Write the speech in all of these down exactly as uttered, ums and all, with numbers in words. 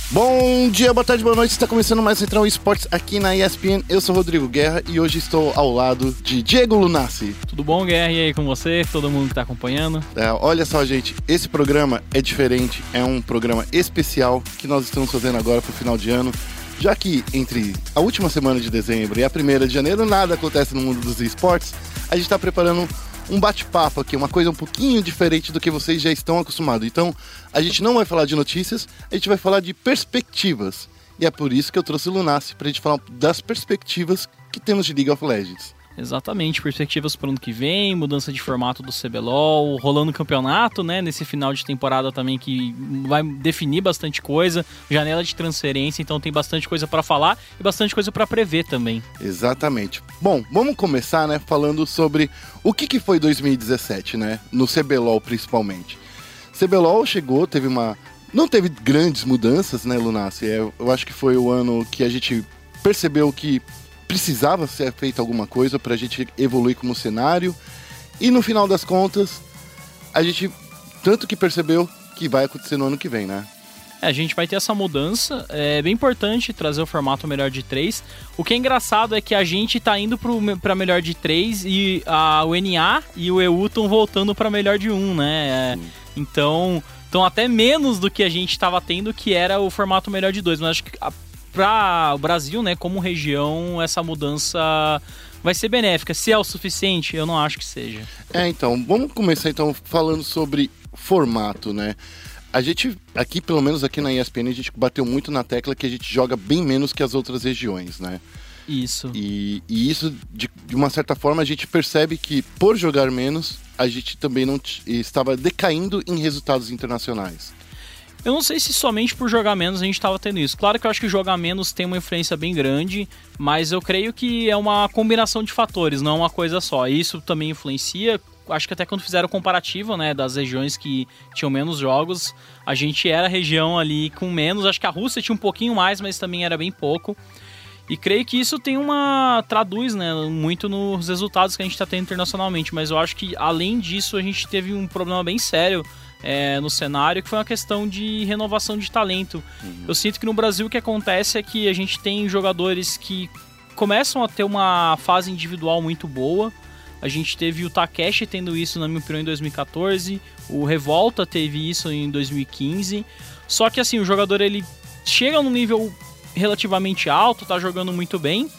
Bom dia, boa tarde, boa noite. Está começando mais Central Esportes aqui na E S P N. Eu sou Rodrigo Guerra e hoje estou ao lado de Diego Lunassi. Tudo bom, Guerra? E aí com você? Todo mundo que está acompanhando? É, olha só, gente, esse programa é diferente, é um programa especial que nós estamos fazendo agora para o final de ano, já que entre a última semana de dezembro e a primeira de janeiro nada acontece no mundo dos esportes. A gente está preparando um bate-papo aqui, uma coisa um pouquinho diferente do que vocês já estão acostumados. Então, a gente não vai falar de notícias, a gente vai falar de perspectivas. E é por isso que eu trouxe o Lunassi, pra gente falar das perspectivas que temos de League of Legends. Exatamente, perspectivas para o ano que vem, mudança de formato do C B L O L, rolando campeonato, né, nesse final de temporada também que vai definir bastante coisa, janela de transferência, então tem bastante coisa para falar e bastante coisa para prever também. Exatamente. Bom, vamos começar, né, falando sobre o que, que foi dois mil e dezessete, né, no C B L O L principalmente. C B L O L chegou, teve uma... não teve grandes mudanças, né, Lunassi? Eu acho que foi o ano que a gente percebeu que precisava ser feita alguma coisa para a gente evoluir como cenário. E no final das contas, a gente tanto que percebeu que vai acontecer no ano que vem, né? É, a gente vai ter essa mudança, é bem importante trazer o formato melhor de três. O que é engraçado é que a gente tá indo para melhor de três e a, o N A e o E U estão voltando para melhor de um, né? É, então, então até menos do que a gente estava tendo, que era o formato melhor de dois. Mas acho que para o Brasil, né, como região, essa mudança vai ser benéfica. Se é o suficiente, eu não acho que seja. É, então, vamos começar então falando sobre formato, né? A gente, aqui, pelo menos aqui na E S P N, a gente bateu muito na tecla que a gente joga bem menos que as outras regiões, né? Isso. E, e isso, de, de uma certa forma, a gente percebe que, por jogar menos, a gente também não t- estava decaindo em resultados internacionais. Eu não sei se somente por jogar menos a gente estava tendo isso. Claro que eu acho que jogar menos tem uma influência bem grande, mas eu creio que é uma combinação de fatores, não uma coisa só. Isso também influencia. Acho que até quando fizeram o comparativo, né, das regiões que tinham menos jogos, a gente era a região ali com menos. Acho que a Rússia tinha um pouquinho mais, mas também era bem pouco. E creio que isso tem uma... traduz, né, muito nos resultados que a gente está tendo internacionalmente. Mas eu acho que, além disso, a gente teve um problema bem sério É, no cenário, que foi uma questão de renovação de talento. Uhum. Eu sinto que no Brasil o que acontece é que a gente tem jogadores que começam a ter uma fase individual muito boa. A gente teve o Takeshi tendo isso, na minha opinião, em dois mil e catorze, o Revolta teve isso em dois mil e quinze, só que assim, o jogador ele chega num nível relativamente alto, tá jogando muito bem,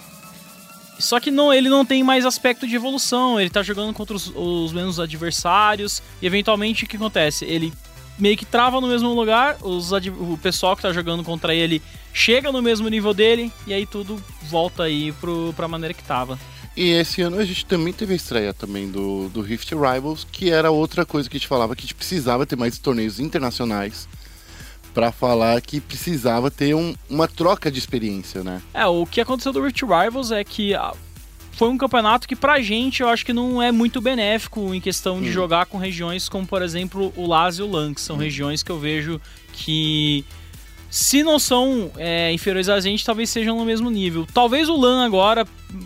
só que não, ele não tem mais aspecto de evolução, ele tá jogando contra os, os mesmos adversários, e eventualmente o que acontece? Ele meio que trava no mesmo lugar, os, o pessoal que tá jogando contra ele chega no mesmo nível dele, e aí tudo volta aí pro, pra maneira que tava. E esse ano a gente também teve a estreia também do, do Rift Rivals, que era outra coisa que a gente falava, que a gente precisava ter mais torneios internacionais, pra falar que precisava ter um, uma troca de experiência, né? É, o que aconteceu do Rift Rivals é que ah, foi um campeonato que pra gente eu acho que não é muito benéfico em questão hum. de jogar com regiões como, por exemplo, o L A S e o LAN, que são hum. regiões que eu vejo que, se não são é, inferiores a gente, talvez sejam no mesmo nível. Talvez o LAN agora,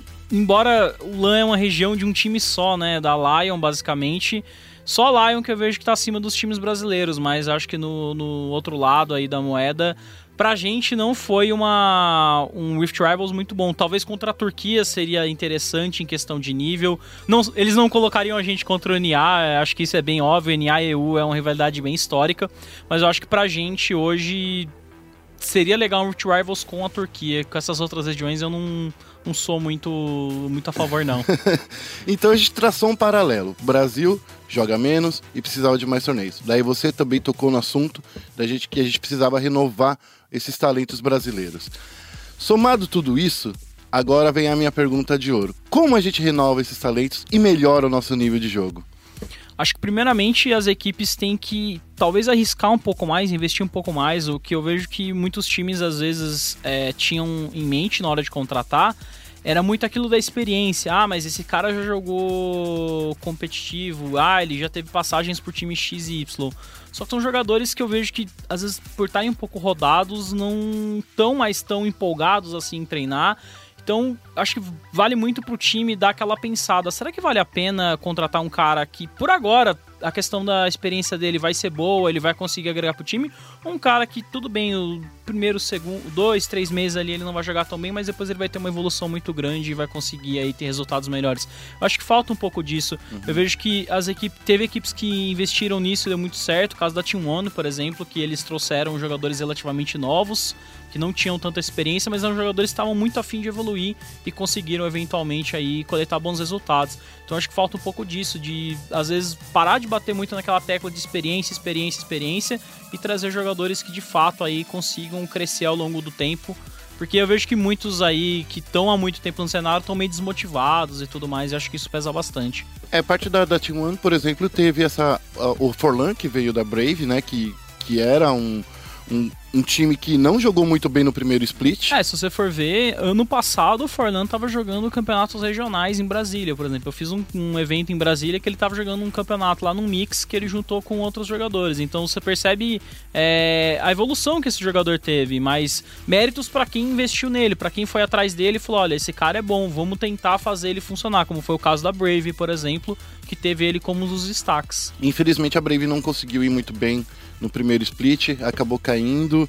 embora o LAN é uma região de um time só, né, da Lion basicamente, só a Lion que eu vejo que tá acima dos times brasileiros, mas acho que no, no outro lado aí da moeda, pra gente não foi uma, um Rift Rivals muito bom. Talvez contra a Turquia seria interessante em questão de nível. Não, eles não colocariam a gente contra o N A, acho que isso é bem óbvio, N A e E U é uma rivalidade bem histórica, mas eu acho que pra gente hoje seria legal um Rift Rivals com a Turquia. Com essas outras regiões eu não... não sou muito, muito a favor, não. Então a gente traçou um paralelo. O Brasil joga menos e precisava de mais torneios. Daí você também tocou no assunto da gente, que a gente precisava renovar esses talentos brasileiros. Somado tudo isso, agora vem a minha pergunta de ouro. Como a gente renova esses talentos e melhora o nosso nível de jogo? Acho que primeiramente as equipes têm que talvez arriscar um pouco mais, investir um pouco mais. O que eu vejo que muitos times às vezes é, tinham em mente na hora de contratar era muito aquilo da experiência. Ah, mas esse cara já jogou competitivo, ah, ele já teve passagens por time X e Y. Só que são jogadores que eu vejo que, às vezes, por estarem um pouco rodados, não estão mais tão empolgados assim em treinar. Então, acho que vale muito pro time dar aquela pensada. Será que vale a pena contratar um cara que, por agora, a questão da experiência dele vai ser boa, ele vai conseguir agregar pro time. Um cara que, tudo bem, o primeiro, segundo, dois, três meses ali ele não vai jogar tão bem, mas depois ele vai ter uma evolução muito grande e vai conseguir aí ter resultados melhores. Eu acho que falta um pouco disso. Uhum. Eu vejo que as equipes, teve equipes que investiram nisso e deu muito certo. O caso da Team One, por exemplo, que eles trouxeram jogadores relativamente novos, que não tinham tanta experiência, mas eram jogadores que estavam muito afim de evoluir e conseguiram eventualmente aí coletar bons resultados. Então acho que falta um pouco disso, de às vezes parar de bater muito naquela tecla de experiência, experiência, experiência e trazer jogadores que de fato aí consigam crescer ao longo do tempo, porque eu vejo que muitos aí que estão há muito tempo no cenário estão meio desmotivados e tudo mais, e acho que isso pesa bastante. É, parte da, da Team One, por exemplo, teve essa uh, o Forlan, que veio da Brave, né, que, que era um Um, um time que não jogou muito bem no primeiro split. É, se você for ver, ano passado o Forlan tava jogando campeonatos regionais em Brasília, por exemplo. Eu fiz um, um evento em Brasília que ele tava jogando um campeonato lá num mix que ele juntou com outros jogadores. Então você percebe é, a evolução que esse jogador teve, mas méritos pra quem investiu nele, pra quem foi atrás dele e falou, olha, esse cara é bom, vamos tentar fazer ele funcionar, como foi o caso da Brave, por exemplo, que teve ele como um dos destaques. Infelizmente a Brave não conseguiu ir muito bem no primeiro split, acabou caindo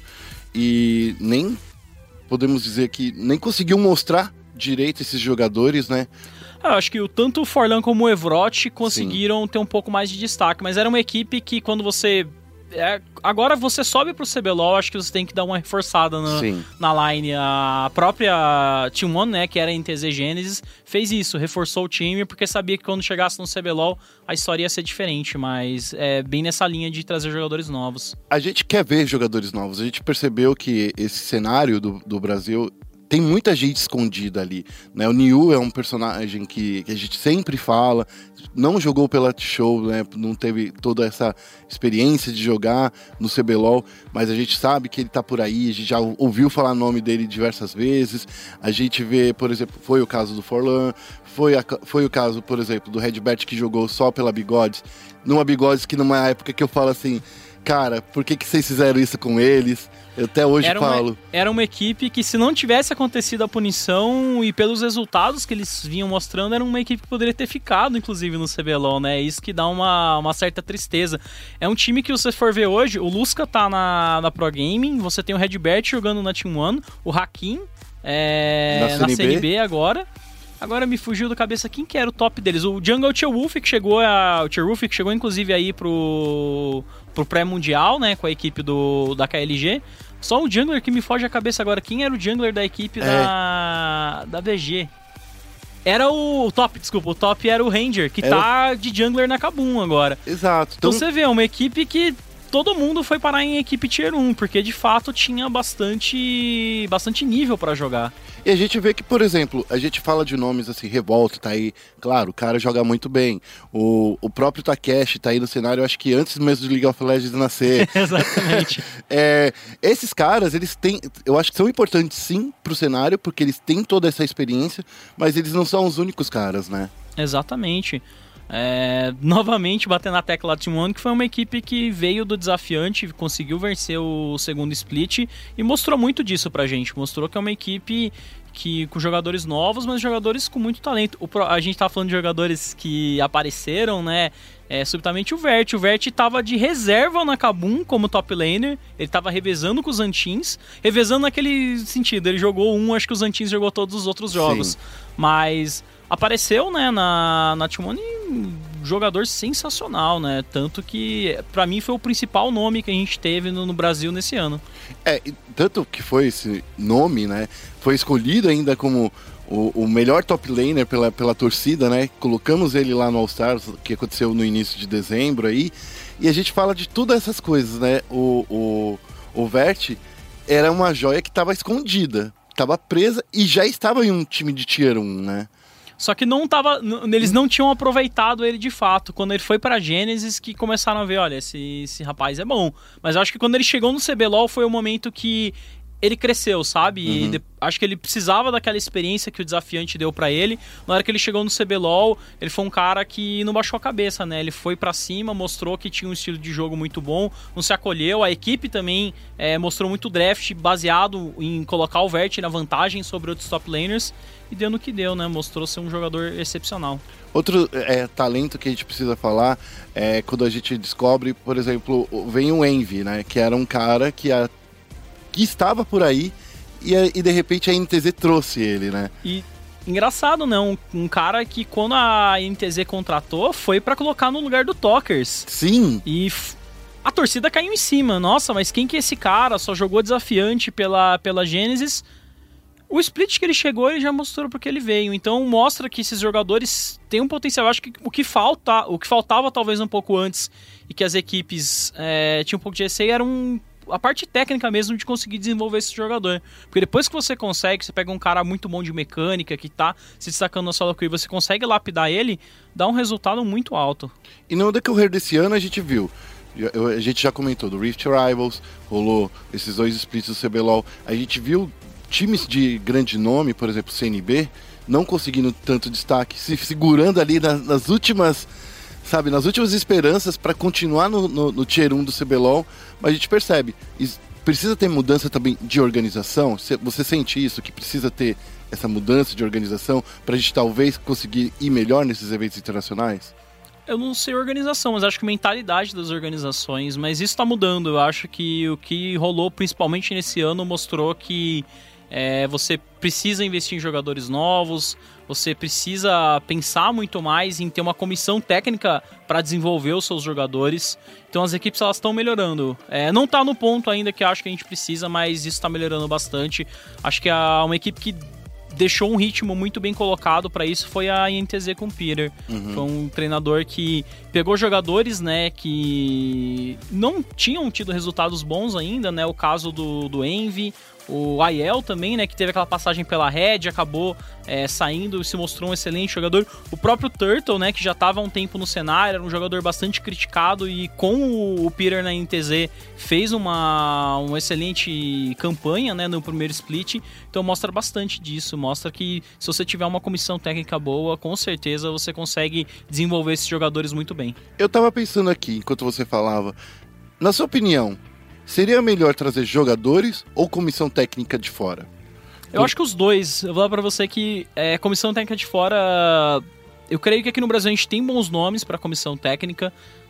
e nem podemos dizer que nem conseguiu mostrar direito esses jogadores, né? Eu acho que tanto o Forlan como o Evrot conseguiram Sim. ter um pouco mais de destaque, mas era uma equipe que quando você... É, agora você sobe pro C B L O L, acho que você tem que dar uma reforçada na, na line. A própria Team One, né, que era em T Z Genesis, fez isso, reforçou o time, porque sabia que quando chegasse no C B L O L a história ia ser diferente, mas é bem nessa linha de trazer jogadores novos. A gente quer ver jogadores novos, a gente percebeu que esse cenário do, do Brasil tem muita gente escondida ali, né? O Niu é um personagem que, que a gente sempre fala, não jogou pela T-Show, né? Não teve toda essa experiência de jogar no C B L O L, mas a gente sabe que ele tá por aí, a gente já ouviu falar o nome dele diversas vezes, a gente vê, por exemplo, foi o caso do Forlan, foi, a, foi o caso, por exemplo, do Redbert que jogou só pela Bigodes, numa Bigodes que numa época que eu falo assim, cara, por que, que vocês fizeram isso com eles? Eu até hoje era falo. Uma, era uma equipe que, se não tivesse acontecido a punição e pelos resultados que eles vinham mostrando, era uma equipe que poderia ter ficado, inclusive, no C B L O L, né? Isso que dá uma, uma certa tristeza. É um time que, se você for ver hoje, o Lusca tá na, na Pro Gaming, você tem o Redbert jogando na Team One, o Hakim é, na, na C N B agora. Agora me fugiu da cabeça quem que era o top deles. O Jungle Tierwolf, que chegou a, o Tierwolf, que chegou inclusive aí pro, pro pré-mundial, né, com a equipe do, da K L G. Só o jungler que me foge a cabeça agora. Quem era o jungler da equipe é. da, da V G? Era o, o top, desculpa. O top era o Ranger, que era... tá de jungler na Kabum agora. Exato. Então, então você vê, uma equipe que todo mundo foi parar em equipe Tier um, porque de fato tinha bastante, bastante nível pra jogar. E a gente vê que, por exemplo, a gente fala de nomes assim, Revolta tá aí, claro, o cara joga muito bem. O, o próprio Takeshi tá aí no cenário, eu acho que antes mesmo de League of Legends nascer. Exatamente. É, esses caras, eles têm, eu acho que são importantes sim pro cenário, porque eles têm toda essa experiência, mas eles não são os únicos caras, né? Exatamente. É, novamente batendo na tecla da Team One, que foi uma equipe que veio do desafiante, conseguiu vencer o segundo split e mostrou muito disso pra gente, mostrou que é uma equipe que, com jogadores novos, mas jogadores com muito talento. O, a gente tá falando de jogadores que apareceram, né, é, subitamente o Vert, o Vert tava de reserva na Kabum como top laner, ele tava revezando com os Antins, revezando naquele sentido, ele jogou um, acho que os Antins jogou todos os outros jogos, Sim. mas apareceu, né, na, na Team One, um jogador sensacional, né? Tanto que, pra mim, foi o principal nome que a gente teve no, no Brasil nesse ano. É, tanto que foi esse nome, né? Foi escolhido ainda como o, o melhor top laner pela, pela torcida, né? Colocamos ele lá no All-Stars, que aconteceu no início de dezembro aí. E a gente fala de todas essas coisas, né? O, o, o Vert era uma joia que estava escondida, estava presa e já estava em um time de Tier um, né? Só que não tava, eles não tinham aproveitado ele de fato. Quando ele foi pra Genesis, que começaram a ver, olha, esse, esse rapaz é bom. Mas eu acho que quando ele chegou no C B L O L foi o momento que ele cresceu, sabe? Uhum. E de, acho que ele precisava daquela experiência que o desafiante deu pra ele. Na hora que ele chegou no C B L O L, ele foi um cara que não baixou a cabeça, né? Ele foi pra cima, mostrou que tinha um estilo de jogo muito bom, não se acolheu. A equipe também é, mostrou muito draft baseado em colocar o Vert na vantagem sobre outros top laners. E deu no que deu, né? Mostrou ser um jogador excepcional. Outro é, talento que a gente precisa falar é quando a gente descobre, por exemplo, vem o Envy, né? Que era um cara que a que estava por aí e, e de repente a N T Z trouxe ele, né? E engraçado, né? Um, um cara que quando a N T Z contratou foi pra colocar no lugar do Talkers. Sim. E f- a torcida caiu em cima. Nossa, mas quem que é esse cara? Só jogou desafiante pela, pela Genesis. O split que ele chegou, ele já mostrou porque ele veio. Então mostra que esses jogadores têm um potencial. Eu acho que o que, falta, o que faltava talvez um pouco antes e que as equipes é, tinham um pouco de receio era um... a parte técnica mesmo de conseguir desenvolver esse jogador. Porque depois que você consegue, você pega um cara muito bom de mecânica, que tá se destacando na solo queue, você consegue lapidar ele, dá um resultado muito alto. E no decorrer desse ano a gente viu, a gente já comentou do Rift Rivals, rolou esses dois splits do C B L O L, a gente viu times de grande nome, por exemplo, C N B, não conseguindo tanto destaque, se segurando ali nas, nas últimas... sabe, nas últimas esperanças para continuar no, no, no Tier um do C B L O L, mas a gente percebe, precisa ter mudança também de organização. Você sente isso, que precisa ter essa mudança de organização para a gente talvez conseguir ir melhor nesses eventos internacionais? Eu não sei organização, mas acho que mentalidade das organizações, mas isso está mudando. Eu acho que o que rolou principalmente nesse ano mostrou que é, você precisa investir em jogadores novos, você precisa pensar muito mais em ter uma comissão técnica para desenvolver os seus jogadores. Então as equipes elas estão melhorando. É, não está no ponto ainda que acho que a gente precisa, mas isso está melhorando bastante. Acho que a, uma equipe que deixou um ritmo muito bem colocado para isso foi a I N T Z com o Peter. Uhum. Foi um treinador que pegou jogadores, né, que não tinham tido resultados bons ainda, né? O caso do, do Envy, o Aiel também, né, que teve aquela passagem pela Red, acabou é, saindo e se mostrou um excelente jogador. O próprio Turtle, né, que já estava há um tempo no cenário, era um jogador bastante criticado e com o, o Peter na I N T Z fez uma, uma excelente campanha, né, no primeiro split. Então mostra bastante disso, mostra que se você tiver uma comissão técnica boa, com certeza você consegue desenvolver esses jogadores muito bem. Eu tava pensando aqui, enquanto você falava, na sua opinião, seria melhor trazer jogadores ou comissão técnica de fora? Eu acho que os dois. Eu vou falar pra você que é, comissão técnica de fora... Eu creio que aqui no Brasil a gente tem bons nomes pra comissão técnica.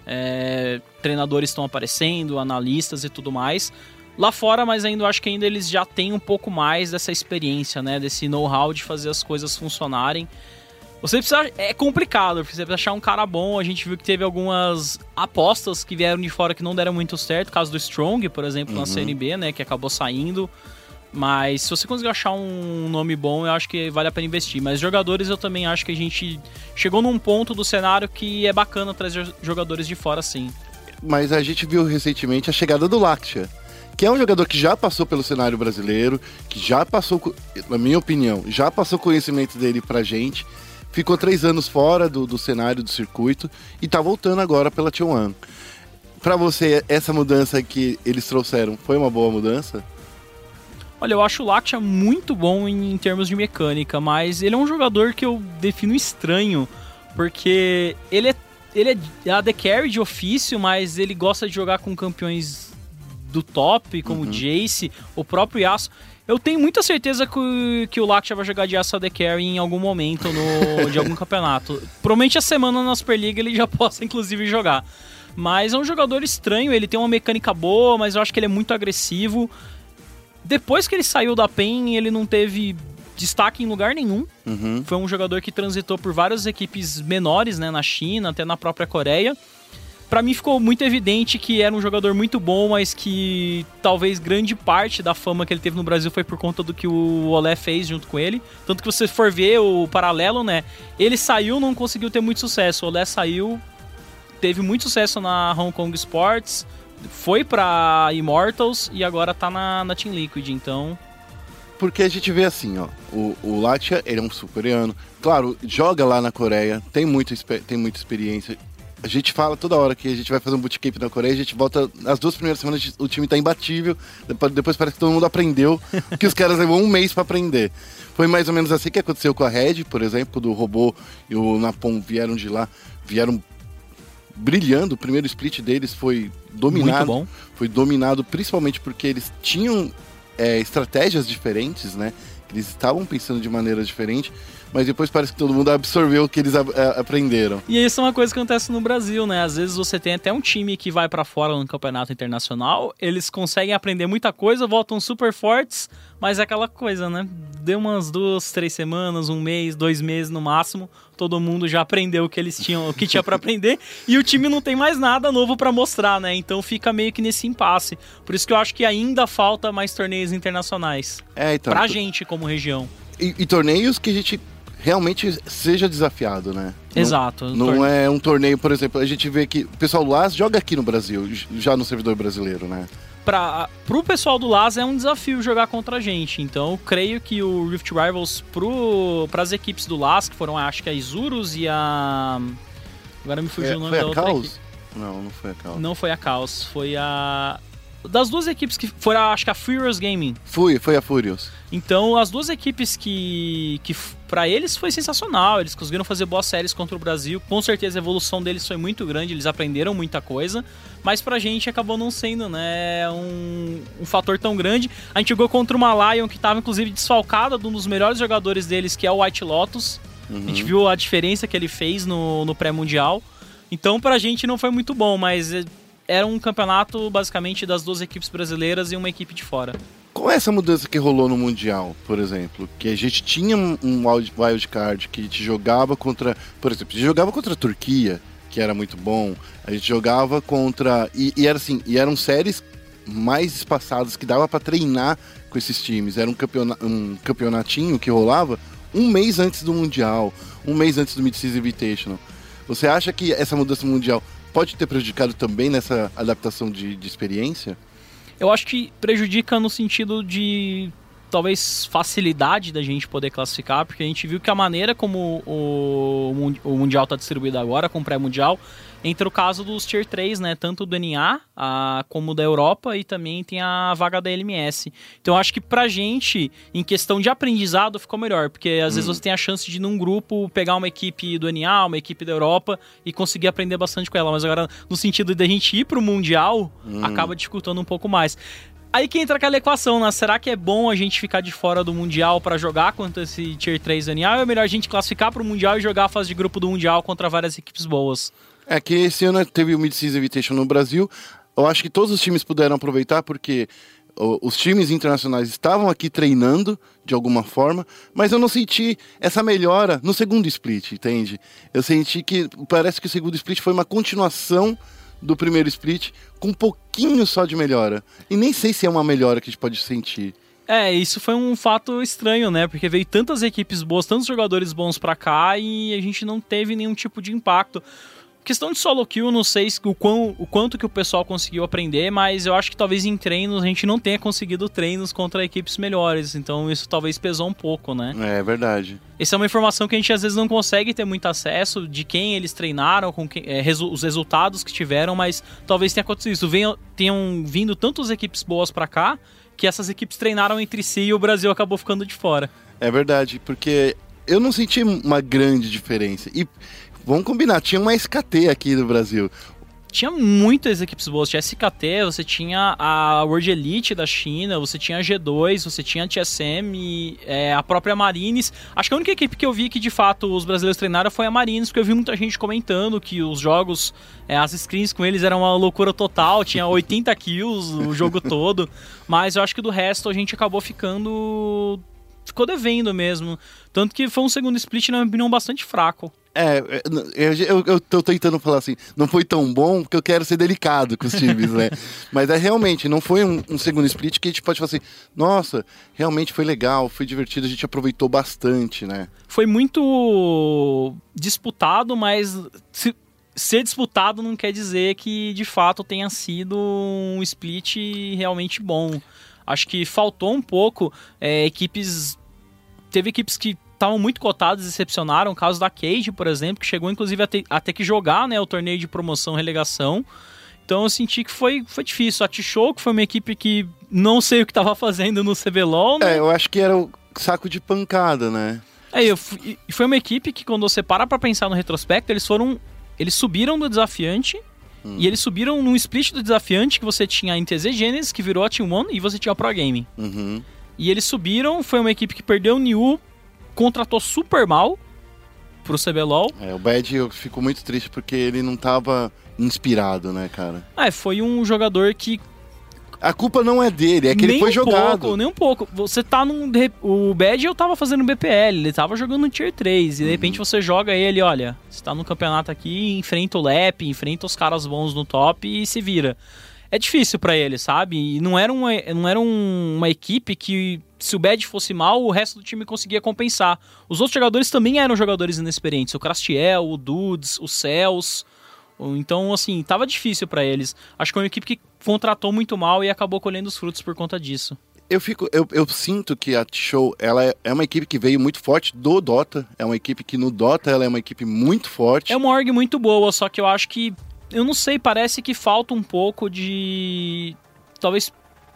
É, treinadores estão aparecendo, analistas e tudo mais. Lá fora, mas ainda eu acho que ainda eles já têm um pouco mais dessa experiência, né? Desse know-how de fazer as coisas funcionarem. Você precisa... É complicado, porque você precisa achar um cara bom. A gente viu que teve algumas apostas que vieram de fora que não deram muito certo. O caso do Strong, por exemplo, uhum. na C N B, né? Que acabou saindo. Mas se você conseguir achar um nome bom, eu acho que vale a pena investir. Mas jogadores, eu também acho que a gente chegou num ponto do cenário que é bacana trazer jogadores de fora, sim. Mas a gente viu recentemente a chegada do Lactia, que é um jogador que já passou pelo cenário brasileiro, que já passou, na minha opinião, já passou conhecimento dele pra gente. Ficou três anos fora do, do cenário, do circuito, e tá voltando agora pela T um. Pra você, essa mudança que eles trouxeram foi uma boa mudança? Olha, eu acho o Lactia muito bom em, em termos de mecânica, mas ele é um jogador que eu defino estranho, porque ele é, ele é a D Carry de ofício, mas ele gosta de jogar com campeões do top, como o uhum. Jace, o próprio Yasuo. Eu tenho muita certeza que, que o Lactia vai jogar de Yasuo A D Carry em algum momento no, de algum campeonato. Provavelmente a semana na Super League ele já possa inclusive jogar. Mas é um jogador estranho, ele tem uma mecânica boa, mas eu acho que ele é muito agressivo. Depois que ele saiu da P E N, ele não teve destaque em lugar nenhum. Uhum. Foi um jogador que transitou por várias equipes menores, né, na China, até na própria Coreia. Pra mim ficou muito evidente que era um jogador muito bom, mas que talvez grande parte da fama que ele teve no Brasil foi por conta do que o Olé fez junto com ele. Tanto que você for ver o paralelo, né, ele saiu, não conseguiu ter muito sucesso. O Olé saiu, teve muito sucesso na Hong Kong Sports, foi pra Immortals e agora tá na, na Team Liquid, então... Porque a gente vê assim, ó, o, o Lactia, ele é um sul-coreano, claro, joga lá na Coreia, tem, muito, tem muita experiência, a gente fala toda hora que a gente vai fazer um bootcamp na Coreia, a gente volta, as duas primeiras semanas o time tá imbatível, depois, depois parece que todo mundo aprendeu, que os caras levam um mês pra aprender. Foi mais ou menos assim que aconteceu com a Red, por exemplo, do Robô e o Napom vieram de lá, vieram brilhando. O primeiro split deles foi dominado. Muito bom. Foi dominado principalmente porque eles tinham é, estratégias diferentes, né? Eles estavam pensando de maneira diferente, mas depois parece que todo mundo absorveu o que eles a, a, aprenderam. E isso é uma coisa que acontece no Brasil, né? Às vezes você tem até um time que vai pra fora no campeonato internacional, eles conseguem aprender muita coisa, voltam super fortes, mas é aquela coisa, né? Deu umas duas, três semanas, um mês, dois meses no máximo, todo mundo já aprendeu o que eles tinham, o que tinha pra aprender, e o time não tem mais nada novo pra mostrar, né? Então fica meio que nesse impasse. Por isso que eu acho que ainda falta mais torneios internacionais. É, então. Pra gente como região. E, e torneios que a gente realmente seja desafiado, né? Exato. Não, não é um torneio, por exemplo, a gente vê que o pessoal do L A S joga aqui no Brasil, já no servidor brasileiro, né? Pra, pro pessoal do L A S é um desafio jogar contra a gente, então eu creio que o Rift Rivals pro, pras equipes do L A S, que foram acho que a Isurus e a... Agora me fugiu é, o nome foi da a outra Caos? equipe. Não, não foi a Caos. Não foi a Caos, foi a... Das duas equipes que foram, acho que a Furious Gaming. Foi, foi a Furious. Então, as duas equipes que, que para eles foi sensacional, eles conseguiram fazer boas séries contra o Brasil, com certeza a evolução deles foi muito grande, eles aprenderam muita coisa, mas pra gente acabou não sendo, né, um, um fator tão grande. A gente jogou contra uma Lion que estava inclusive desfalcada de um dos melhores jogadores deles, que é o White Lotus. Uhum. A gente viu a diferença que ele fez no, no pré-mundial, então pra gente não foi muito bom, mas era um campeonato basicamente das duas equipes brasileiras e uma equipe de fora. Qual é essa mudança que rolou no Mundial, por exemplo? Que a gente tinha um wild card que a gente jogava contra... Por exemplo, a gente jogava contra a Turquia, que era muito bom. A gente jogava contra... E, e, era assim, e eram séries mais espaçadas que dava pra treinar com esses times. Era um, campeona, um campeonatinho que rolava um mês antes do Mundial, um mês antes do Mid-Season Invitational. Você acha que essa mudança mundial pode ter prejudicado também nessa adaptação de, de experiência? Eu acho que prejudica no sentido de talvez facilidade da gente poder classificar, porque a gente viu que a maneira como o, o Mundial está distribuído agora, com o pré-mundial, entre o caso dos Tier três, né, tanto do N A a, como da Europa, e também tem a vaga da L M S. Então eu acho que pra gente, em questão de aprendizado, ficou melhor, porque às hum. vezes você tem a chance de num grupo pegar uma equipe do N A, uma equipe da Europa e conseguir aprender bastante com ela, mas agora no sentido de a gente ir pro Mundial, hum. acaba dificultando um pouco mais. Aí que entra aquela equação, né? Será que é bom a gente ficar de fora do Mundial pra jogar contra esse Tier três do N A, ou é melhor a gente classificar pro Mundial e jogar a fase de grupo do Mundial contra várias equipes boas? É que esse ano teve o Mid-Season Invitational no Brasil. Eu acho que todos os times puderam aproveitar porque os times internacionais estavam aqui treinando de alguma forma, mas eu não senti essa melhora no segundo split, entende? Eu senti que parece que o segundo split foi uma continuação do primeiro split com um pouquinho só de melhora. E nem sei se é uma melhora que a gente pode sentir. É, isso foi um fato estranho, né? Porque veio tantas equipes boas, tantos jogadores bons pra cá e a gente não teve nenhum tipo de impacto. Questão de solo kill, não sei o, quão, o quanto que o pessoal conseguiu aprender, mas eu acho que talvez em treinos a gente não tenha conseguido treinos contra equipes melhores, então isso talvez pesou um pouco, né? É verdade. Essa é uma informação que a gente às vezes não consegue ter muito acesso de quem eles treinaram, com quem, é, resu- os resultados que tiveram, mas talvez tenha acontecido isso. Venham, tenham vindo tantas equipes boas pra cá, que essas equipes treinaram entre si e o Brasil acabou ficando de fora. É verdade, porque eu não senti uma grande diferença. E vamos combinar, tinha uma S K T aqui no Brasil. Tinha muitas equipes boas, tinha S K T, você tinha a World Elite da China, você tinha a G dois, você tinha a T S M, e, é, a própria Marines. Acho que a única equipe que eu vi que de fato os brasileiros treinaram foi a Marines, porque eu vi muita gente comentando que os jogos, é, as screens com eles eram uma loucura total, tinha oitenta kills o jogo todo, mas eu acho que do resto a gente acabou ficando... ficou devendo mesmo, tanto que foi um segundo split, na minha opinião, bastante fraco. É, eu, eu, eu tô tentando falar assim, não foi tão bom porque eu quero ser delicado com os times, né? Mas é realmente, não foi um, um segundo split que a gente pode falar assim, nossa, realmente foi legal, foi divertido, a gente aproveitou bastante, né? Foi muito disputado, mas se, ser disputado não quer dizer que de fato tenha sido um split realmente bom. Acho que faltou um pouco, é, equipes... Teve equipes que estavam muito cotados e decepcionaram. O caso da Cade, por exemplo, que chegou inclusive a ter, a ter que jogar, né, o torneio de promoção relegação. Então eu senti que foi, foi difícil. A T-Show, que foi uma equipe que não sei o que estava fazendo no C B L O L, né? É, eu acho que era o saco de pancada, né? É, eu, e foi uma equipe que, quando você para pra pensar no retrospecto, eles foram... Eles subiram do desafiante, hum. e eles subiram num split do desafiante que você tinha a N T Z Genesis, que virou a Team One, e você tinha a Pro Gaming. Uhum. E eles subiram, foi uma equipe que perdeu o N U, contratou super mal pro C B L O L. É, o Bad, eu fico muito triste porque ele não tava inspirado, né, cara? É, foi um jogador que... A culpa não é dele, é que nem ele foi um jogado. Pouco, nem um pouco. Você tá num... O Bad eu tava fazendo B P L, ele tava jogando no Tier três, e de repente você joga ele, olha, você tá no campeonato aqui, enfrenta o Lep, enfrenta os caras bons no top e se vira. É difícil pra ele, sabe? E não era uma, não era um, uma equipe que, se o Bad fosse mal, o resto do time conseguia compensar. Os outros jogadores também eram jogadores inexperientes. O Crastiel, o Dudes, o Cels. Então, assim, tava difícil pra eles. Acho que é uma equipe que contratou muito mal e acabou colhendo os frutos por conta disso. Eu, fico, eu, eu sinto que a T-Show, ela é, é uma equipe que veio muito forte do Dota. É uma equipe que no Dota ela é uma equipe muito forte. É uma org muito boa, só que eu acho que... Eu não sei, parece que falta um pouco de... Talvez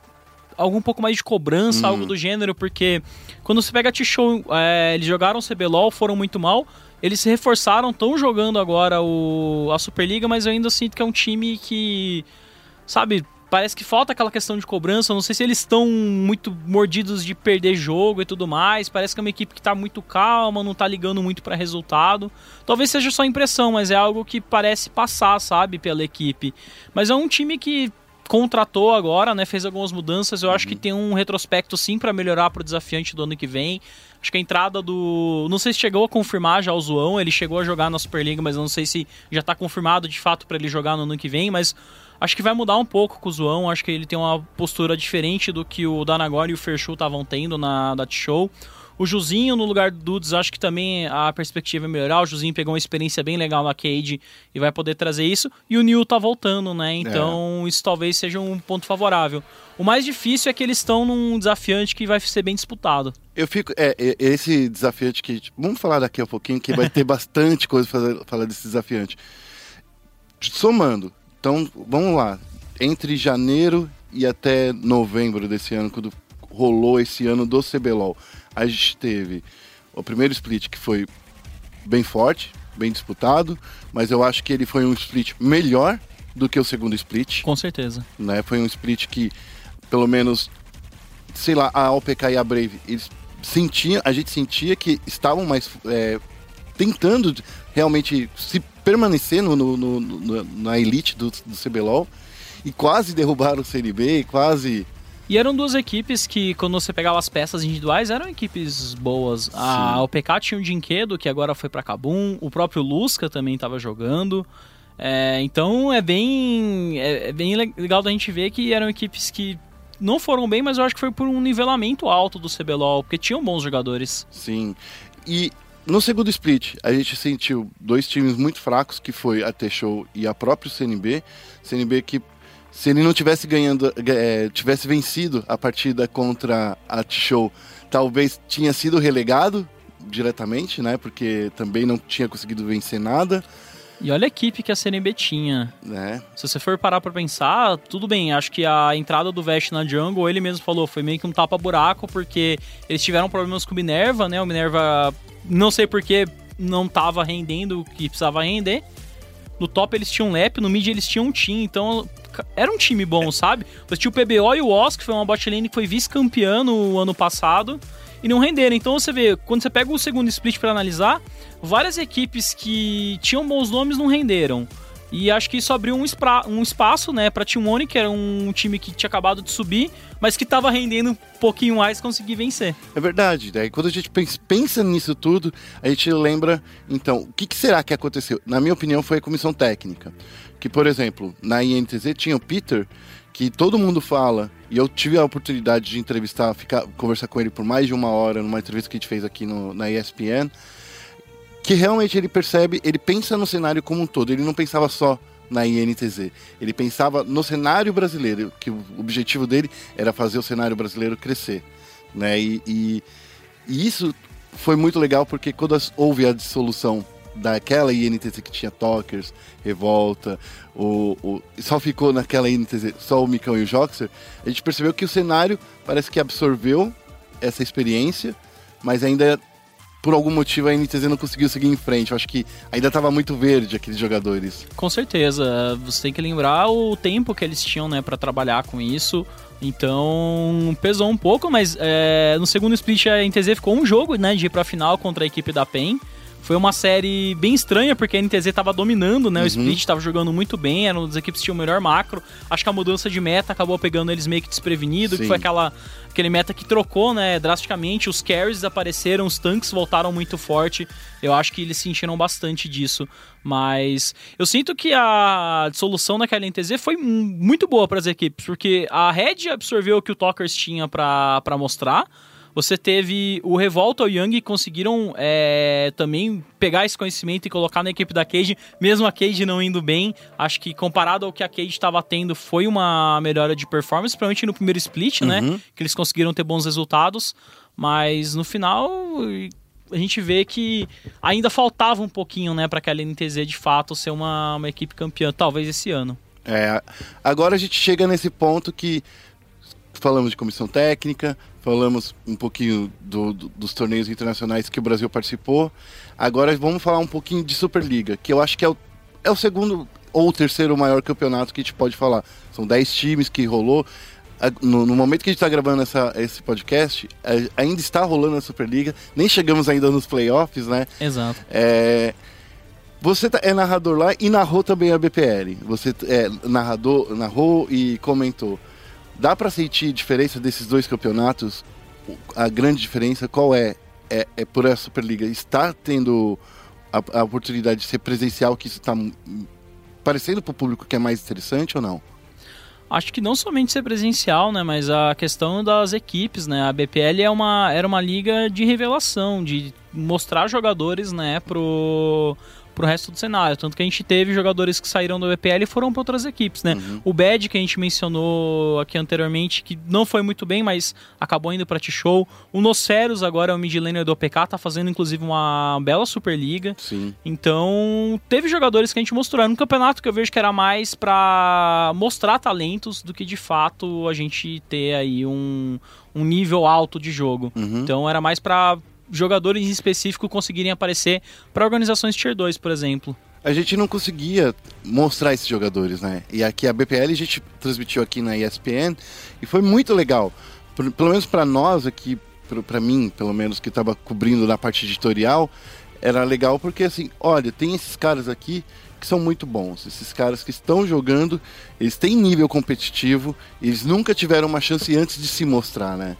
algum pouco mais de cobrança, hum. algo do gênero, porque quando você pega a T-Show, é, eles jogaram C B L O L, foram muito mal, eles se reforçaram, estão jogando agora o, a Superliga, mas eu ainda sinto que é um time que, sabe, parece que falta aquela questão de cobrança. Eu não sei se eles estão muito mordidos de perder jogo e tudo mais. Parece que é uma equipe que está muito calma, não está ligando muito para resultado. Talvez seja só impressão, mas é algo que parece passar, sabe, pela equipe. Mas é um time que contratou agora, né, fez algumas mudanças. Eu uhum. acho que tem um retrospecto sim para melhorar para o desafiante do ano que vem. Acho que a entrada do... Não sei se chegou a confirmar já o Zoão, ele chegou a jogar na Superliga, mas eu não sei se já está confirmado de fato para ele jogar no ano que vem, mas acho que vai mudar um pouco com o Zoão. Acho que ele tem uma postura diferente do que o Danagor e o Fershu estavam tendo na da T-Show. O Juzinho no lugar do Dudes, acho que também a perspectiva é melhorar. O Juzinho pegou uma experiência bem legal na Cade e vai poder trazer isso. E o Neil tá voltando, né? Então é. isso talvez seja um ponto favorável. O mais difícil é que eles estão num desafiante que vai ser bem disputado. Eu fico... É, é esse desafiante que... Tipo, vamos falar daqui a pouquinho, que vai ter bastante coisa para falar desse desafiante. Somando. Então, vamos lá. Entre janeiro e até novembro desse ano, quando rolou esse ano do C B L O L, a gente teve o primeiro split que foi bem forte, bem disputado, mas eu acho que ele foi um split melhor do que o segundo split. Com certeza. Né? Foi um split que, pelo menos, sei lá, a O P K e a Brave, eles sentiam, a gente sentia que estavam mais é, tentando realmente se permanecer no, no, no, no, na elite do, do C B L O L e quase derrubaram o C N B, quase... E eram duas equipes que, quando você pegava as peças individuais, eram equipes boas. Sim. A O P K tinha o Jinkedo, que agora foi pra Kabum. O próprio Lusca também estava jogando. É, então é bem, é, é bem legal da gente ver que eram equipes que não foram bem, mas eu acho que foi por um nivelamento alto do C B L O L, porque tinham bons jogadores. Sim. E no segundo split, a gente sentiu dois times muito fracos, que foi a T-Show e a própria C N B. C N B que... Se ele não tivesse ganhando, é, tivesse vencido a partida contra a T-Show, talvez tinha sido relegado diretamente, né? Porque também não tinha conseguido vencer nada. E olha a equipe que a C N B tinha. É. Se você for parar pra pensar, tudo bem. Acho que a entrada do Vest na jungle, ele mesmo falou, foi meio que um tapa-buraco, porque eles tiveram problemas com o Minerva, né? O Minerva, não sei porquê, não tava rendendo o que precisava render. No top eles tinham um Lep, no mid eles tinham um Team, então... Era um time bom, sabe? Você tinha o P B O e o Osk, que foi uma bot lane que foi vice-campeã no ano passado, e não renderam. Então você vê, quando você pega o segundo split pra analisar, várias equipes que tinham bons nomes não renderam. E acho que isso abriu um, espra- um espaço, né, pra Team One, que era um time que tinha acabado de subir, mas que tava rendendo um pouquinho mais, conseguir vencer. É verdade. Daí quando a gente pensa nisso tudo, a gente lembra, então, o que, que será que aconteceu? Na minha opinião, foi a comissão técnica. Que, por exemplo, na I N T Z tinha o Peter, que todo mundo fala, e eu tive a oportunidade de entrevistar, ficar, conversar com ele por mais de uma hora, numa entrevista que a gente fez aqui no, na E S P N, que realmente ele percebe, ele pensa no cenário como um todo, ele não pensava só na I N T Z, ele pensava no cenário brasileiro, que o objetivo dele era fazer o cenário brasileiro crescer, né, e, e, e isso foi muito legal porque quando houve a dissolução daquela I N T Z que tinha Talkers, Revolta, o, o, só ficou naquela I N T Z só o Micão e o Joxer, a gente percebeu que o cenário parece que absorveu essa experiência, mas ainda, por algum motivo, a N T Z não conseguiu seguir em frente. Eu acho que ainda estava muito verde aqueles jogadores. Com certeza. Você tem que lembrar o tempo que eles tinham, né, para trabalhar com isso. Então, pesou um pouco, mas é, no segundo split a N T Z ficou um jogo, né, de ir pra final contra a equipe da P E N. Foi uma série bem estranha, porque a N T Z tava dominando, né? O uhum. Split tava jogando muito bem, era uma das equipes que tinha o melhor macro. Acho que a mudança de meta acabou pegando eles meio que desprevenido, Sim. que foi aquela, aquele meta que trocou, né, drasticamente. Os carries apareceram, os tanques voltaram muito forte. Eu acho que eles sentiram bastante disso. Mas eu sinto que a dissolução naquela N T Z foi muito boa para as equipes, porque a Red absorveu o que o Talkers tinha para mostrar. Você teve o Revolta e o Young que conseguiram é, também pegar esse conhecimento e colocar na equipe da Cage, mesmo a Cage não indo bem. Acho que comparado ao que a Cage estava tendo, foi uma melhora de performance, principalmente no primeiro split, uhum. né? Que eles conseguiram ter bons resultados, mas no final a gente vê que ainda faltava um pouquinho, né, para aquela N T Z de fato ser uma, uma equipe campeã, talvez esse ano. É, agora a gente chega nesse ponto que falamos de comissão técnica, falamos um pouquinho do, do, dos torneios internacionais que o Brasil participou. Agora vamos falar um pouquinho de Superliga, que eu acho que é o, é o segundo ou o terceiro maior campeonato que a gente pode falar. São dez times que rolou. No, no momento que a gente está gravando essa, esse podcast, ainda está rolando a Superliga. Nem chegamos ainda nos playoffs, né? Exato. É... Você tá, é narrador lá e narrou também a B P L. Você é narrador, narrou e comentou. Dá para sentir diferença desses dois campeonatos? A grande diferença qual é? É, é por a Superliga estar tendo a, a oportunidade de ser presencial, que isso está parecendo para o público que é mais interessante ou não? Acho que não somente ser presencial, né, mas a questão das equipes, né? A B P L é uma, era uma liga de revelação, de mostrar jogadores, né, pro... pro resto do cenário, tanto que a gente teve jogadores que saíram do B P L e foram para outras equipes, né? Uhum. O Bad, que a gente mencionou aqui anteriormente, que não foi muito bem, mas acabou indo para T-Show. O Nosferos, agora é o mid laner do O P K, tá fazendo inclusive uma bela Superliga. Sim. Então, teve jogadores que a gente mostrou. Era um campeonato que eu vejo que era mais para mostrar talentos do que de fato a gente ter aí um, um nível alto de jogo. Uhum. Então, era mais para jogadores em específico conseguirem aparecer para organizações Tier dois, por exemplo. A gente não conseguia mostrar esses jogadores, né? E aqui a B P L a gente transmitiu aqui na E S P N e foi muito legal. Por, pelo menos para nós aqui, para mim, pelo menos que estava cobrindo na parte editorial, era legal porque assim, olha, tem esses caras aqui que são muito bons. Esses caras que estão jogando, eles têm nível competitivo, eles nunca tiveram uma chance antes de se mostrar, né?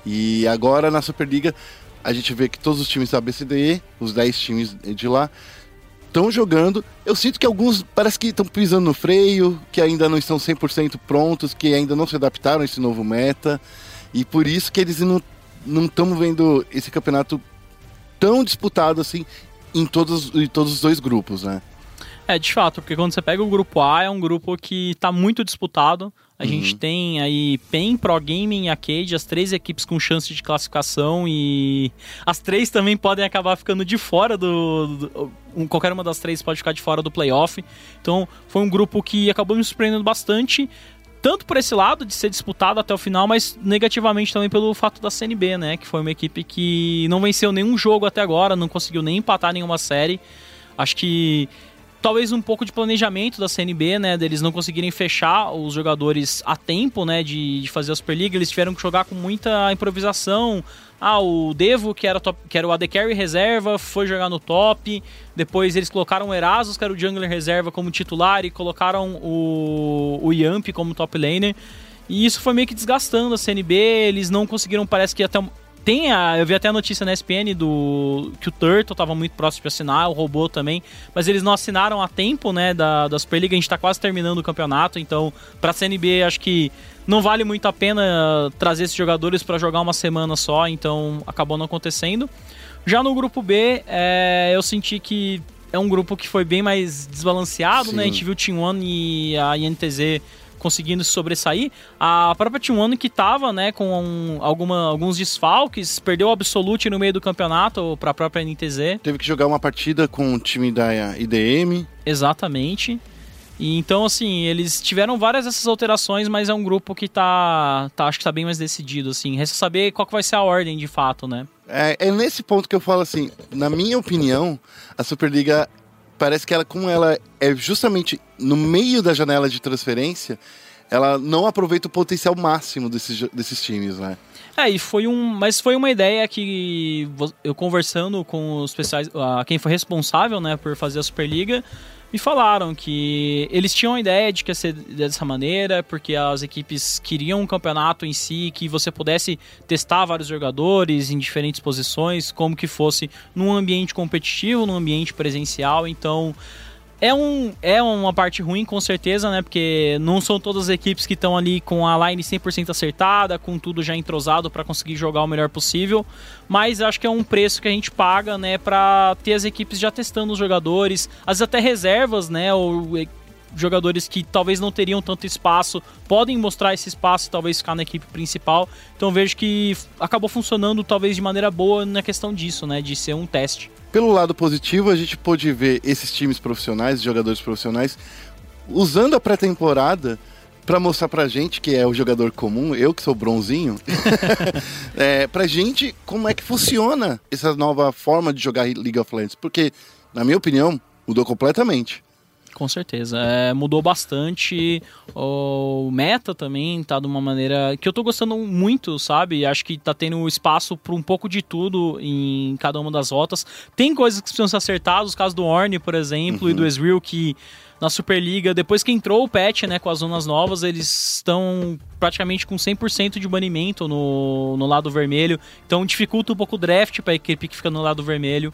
E agora na Superliga a gente vê que todos os times da B C D E, os dez times de lá, estão jogando. Eu sinto que alguns parece que estão pisando no freio, que ainda não estão cem por cento prontos, que ainda não se adaptaram a esse novo meta. E por isso que eles não estão vendo esse campeonato tão disputado assim em todos, em todos os dois grupos, né? É, de fato, porque quando você pega o grupo A, é um grupo que está muito disputado. A uhum. gente tem aí P E N, Pro Gaming e Arcade, as três equipes com chance de classificação, e as três também podem acabar ficando de fora do... do um, qualquer uma das três pode ficar de fora do playoff. Então foi um grupo que acabou me surpreendendo bastante, tanto por esse lado de ser disputado até o final, mas negativamente também pelo fato da C N B, né? Que foi uma equipe que não venceu nenhum jogo até agora, não conseguiu nem empatar nenhuma série. Acho que talvez um pouco de planejamento da C N B, né, deles não conseguirem fechar os jogadores a tempo, né, de, de fazer a Superliga. Eles tiveram que jogar com muita improvisação. Ah, o Devo, que era, top, que era o A D Carry reserva, foi jogar no top. Depois eles colocaram o Erasus, que era o jungler reserva, como titular, e colocaram o, o Yamp como top laner. E isso foi meio que desgastando a C N B. Eles não conseguiram, parece que até... Tem a, eu vi até a notícia na E S P N do, que o Turtle estava muito próximo de assinar, o Robô também, mas eles não assinaram a tempo, né, da, da Superliga. A gente está quase terminando o campeonato, então para a C N B acho que não vale muito a pena trazer esses jogadores para jogar uma semana só, então acabou não acontecendo. Já no grupo B, é, eu senti que é um grupo que foi bem mais desbalanceado, né? A gente viu o Team One e a I N T Z conseguindo se sobressair. A própria T um que estava, né, com um, alguma, alguns desfalques, perdeu o Absolute no meio do campeonato para a própria N T Z. Teve que jogar uma partida com o time da I D M. Exatamente. E então, assim, eles tiveram várias dessas alterações, mas é um grupo que tá, tá acho que tá bem mais decidido, assim. Resta saber qual que vai ser a ordem, de fato, né? É, é nesse ponto que eu falo assim, na minha opinião, a Superliga parece que ela, como ela é justamente no meio da janela de transferência, ela não aproveita o potencial máximo desses, desses times, né? É, e foi um, mas foi uma ideia que eu conversando com os especiais, quem foi responsável, né, por fazer a Superliga, me falaram que eles tinham a ideia de que ia ser dessa maneira, porque as equipes queriam um campeonato em si, que você pudesse testar vários jogadores em diferentes posições, como que fosse num ambiente competitivo, num ambiente presencial. Então é, um, é uma parte ruim, com certeza, né? Porque não são todas as equipes que estão ali com a line cem por cento acertada, com tudo já entrosado para conseguir jogar o melhor possível. Mas acho que é um preço que a gente paga, né? Para ter as equipes já testando os jogadores, às vezes até reservas, né? Ou jogadores que talvez não teriam tanto espaço, podem mostrar esse espaço e talvez ficar na equipe principal. Então vejo que acabou funcionando talvez de maneira boa na questão disso, né? De ser um teste. Pelo lado positivo, a gente pôde ver esses times profissionais, jogadores profissionais, usando a pré-temporada para mostrar pra gente, que é o jogador comum, eu que sou bronzinho, é, pra gente como é que funciona essa nova forma de jogar League of Legends. Porque, na minha opinião, mudou completamente. Com certeza, é, mudou bastante, o meta também tá de uma maneira que eu tô gostando muito, sabe? Acho que tá tendo espaço para um pouco de tudo em cada uma das rotas. Tem coisas que precisam ser acertadas, os casos do Ornn, por exemplo, uhum. e do Ezreal, que na Superliga, depois que entrou o patch, né, com as zonas novas, eles estão praticamente com cem por cento de banimento no, no lado vermelho, então dificulta um pouco o draft para a equipe que fica no lado vermelho,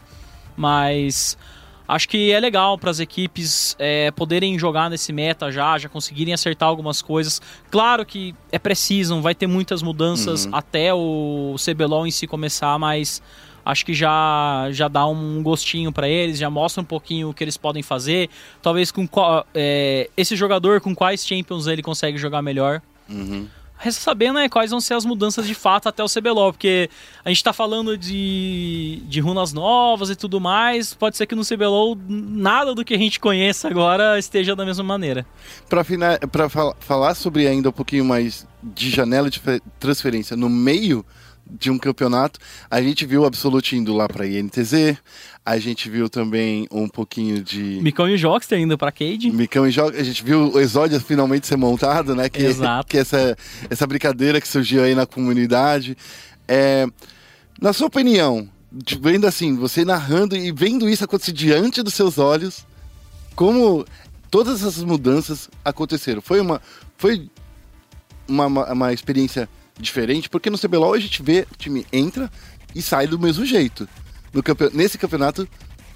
mas acho que é legal para as equipes é, poderem jogar nesse meta já, já conseguirem acertar algumas coisas. Claro que é preciso, vai ter muitas mudanças uhum. até o C B L O L em si começar, mas acho que já, já dá um gostinho para eles, já mostra um pouquinho o que eles podem fazer. Talvez com qual, é, esse jogador, com quais champions ele consegue jogar melhor. Uhum. Resta saber, né, quais vão ser as mudanças de fato até o C B L O L, porque a gente tá falando de, de runas novas e tudo mais, pode ser que no C B L O L nada do que a gente conheça agora esteja da mesma maneira. Para fal- falar sobre ainda um pouquinho mais de janela de transferência no meio de um campeonato, a gente viu o Absolute indo lá para I N T Z, a gente viu também um pouquinho de Micão e o Jockster indo para Cade. Micão e Jockster, a gente viu o Exódia finalmente ser montado, né? Que, Exato. Que essa, essa brincadeira que surgiu aí na comunidade. É, na sua opinião, vendo assim, você narrando e vendo isso acontecer diante dos seus olhos, como todas essas mudanças aconteceram? Foi uma, foi uma, uma, uma experiência diferente, porque no C B L O L a gente vê o time entra e sai do mesmo jeito. No campe... Nesse campeonato,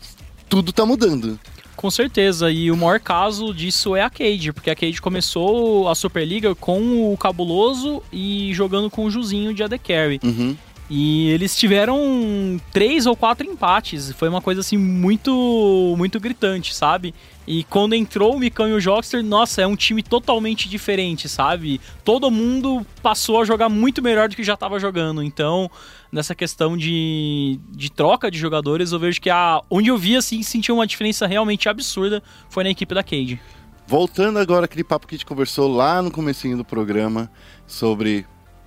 tudo tá mudando. Com certeza, e o maior caso disso é a Cade, porque a Cade começou a Superliga com o Cabuloso e jogando com o Juzinho de A D Carry. Uhum. E eles tiveram três ou quatro empates, foi uma coisa assim muito, muito gritante, sabe? E quando entrou o Micão e o Jockster, nossa, é um time totalmente diferente, sabe? Todo mundo passou a jogar muito melhor do que já estava jogando. Então, nessa questão de, de troca de jogadores, eu vejo que a, onde eu vi, assim, senti uma diferença realmente absurda, foi na equipe da Cade. Voltando agora àquele papo que a gente conversou lá no comecinho do programa, sobre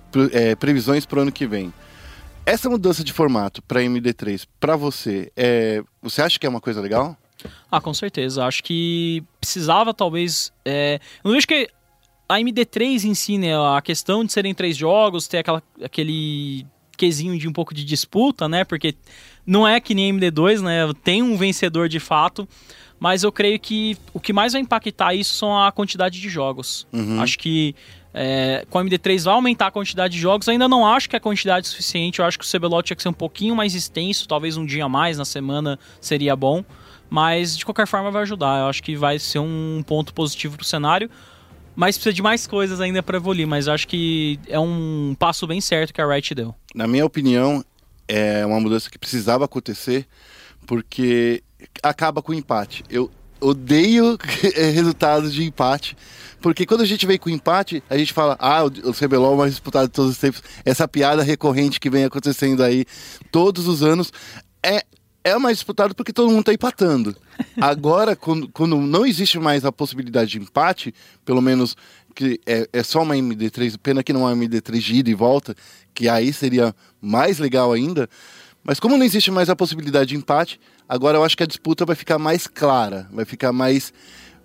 é, previsões para o ano que vem. Essa mudança de formato para M D três, para você, é, você acha que é uma coisa legal? Ah, com certeza. Acho que precisava, talvez... É... Eu não vejo que a M D três em si, né, a questão de serem três jogos, ter aquela, aquele quesinho de um pouco de disputa, né, porque não é que nem M D dois, né, tem um vencedor de fato, mas eu creio que o que mais vai impactar isso são a quantidade de jogos. Uhum. Acho que É, com a M D três vai aumentar a quantidade de jogos, ainda não acho que é a quantidade suficiente, eu acho que o C B L O L tinha que ser um pouquinho mais extenso, talvez um dia a mais na semana seria bom, mas de qualquer forma vai ajudar, eu acho que vai ser um ponto positivo pro cenário, mas precisa de mais coisas ainda para evoluir, mas eu acho que é um passo bem certo que a Riot deu. Na minha opinião, é uma mudança que precisava acontecer, porque acaba com o empate. Eu odeio resultados de empate. Porque quando a gente vem com empate, a gente fala, ah, o C B L O L é o mais disputado de todos os tempos. Essa piada recorrente que vem acontecendo aí todos os anos. É, é mais disputado porque todo mundo tá empatando. Agora, quando, quando não existe mais a possibilidade de empate, pelo menos que é, é só uma M D três, pena que não é uma M D três de ida e volta, que aí seria mais legal ainda. Mas como não existe mais a possibilidade de empate, agora eu acho que a disputa vai ficar mais clara, vai ficar mais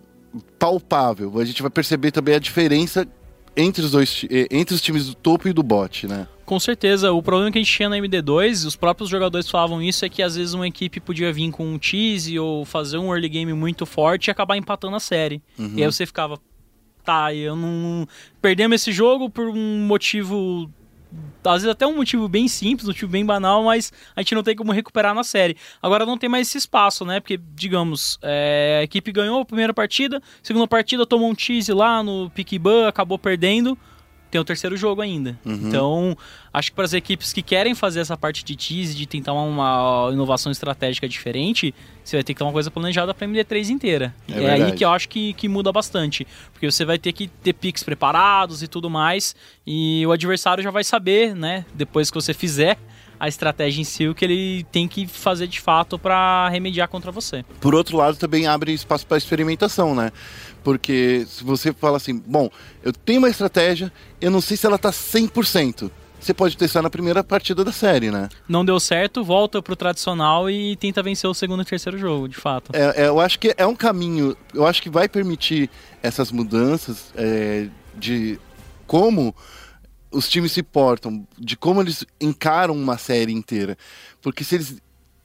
palpável. A gente vai perceber também a diferença entre os dois, entre os times do topo e do bot, né? Com certeza. O problema que a gente tinha na M D dois, os próprios jogadores falavam isso, é que às vezes uma equipe podia vir com um tease ou fazer um early game muito forte e acabar empatando a série. Uhum. E aí você ficava, tá, eu não... Perdemos esse jogo por um motivo... Às vezes até um motivo bem simples, um motivo bem banal, mas a gente não tem como recuperar na série. Agora não tem mais esse espaço, né? Porque, digamos, é, a equipe ganhou a primeira partida, segunda partida tomou um tease lá no pick ban, acabou perdendo, tem o terceiro jogo ainda. Uhum. Então, acho que para as equipes que querem fazer essa parte de tease, de tentar uma inovação estratégica diferente, você vai ter que ter uma coisa planejada para a M D três inteira. É, é aí que eu acho que, que muda bastante. Porque você vai ter que ter picks preparados e tudo mais, e o adversário já vai saber, né, depois que você fizer a estratégia em si, o que ele tem que fazer de fato para remediar contra você. Por outro lado, também abre espaço para experimentação, né? Porque se você fala assim, bom, eu tenho uma estratégia, eu não sei se ela tá cem por cento. Você pode testar na primeira partida da série, né? Não deu certo, volta pro tradicional e tenta vencer o segundo e terceiro jogo, de fato. É, é, eu acho que é um caminho, eu acho que vai permitir essas mudanças é, de como os times se portam, de como eles encaram uma série inteira. Porque se eles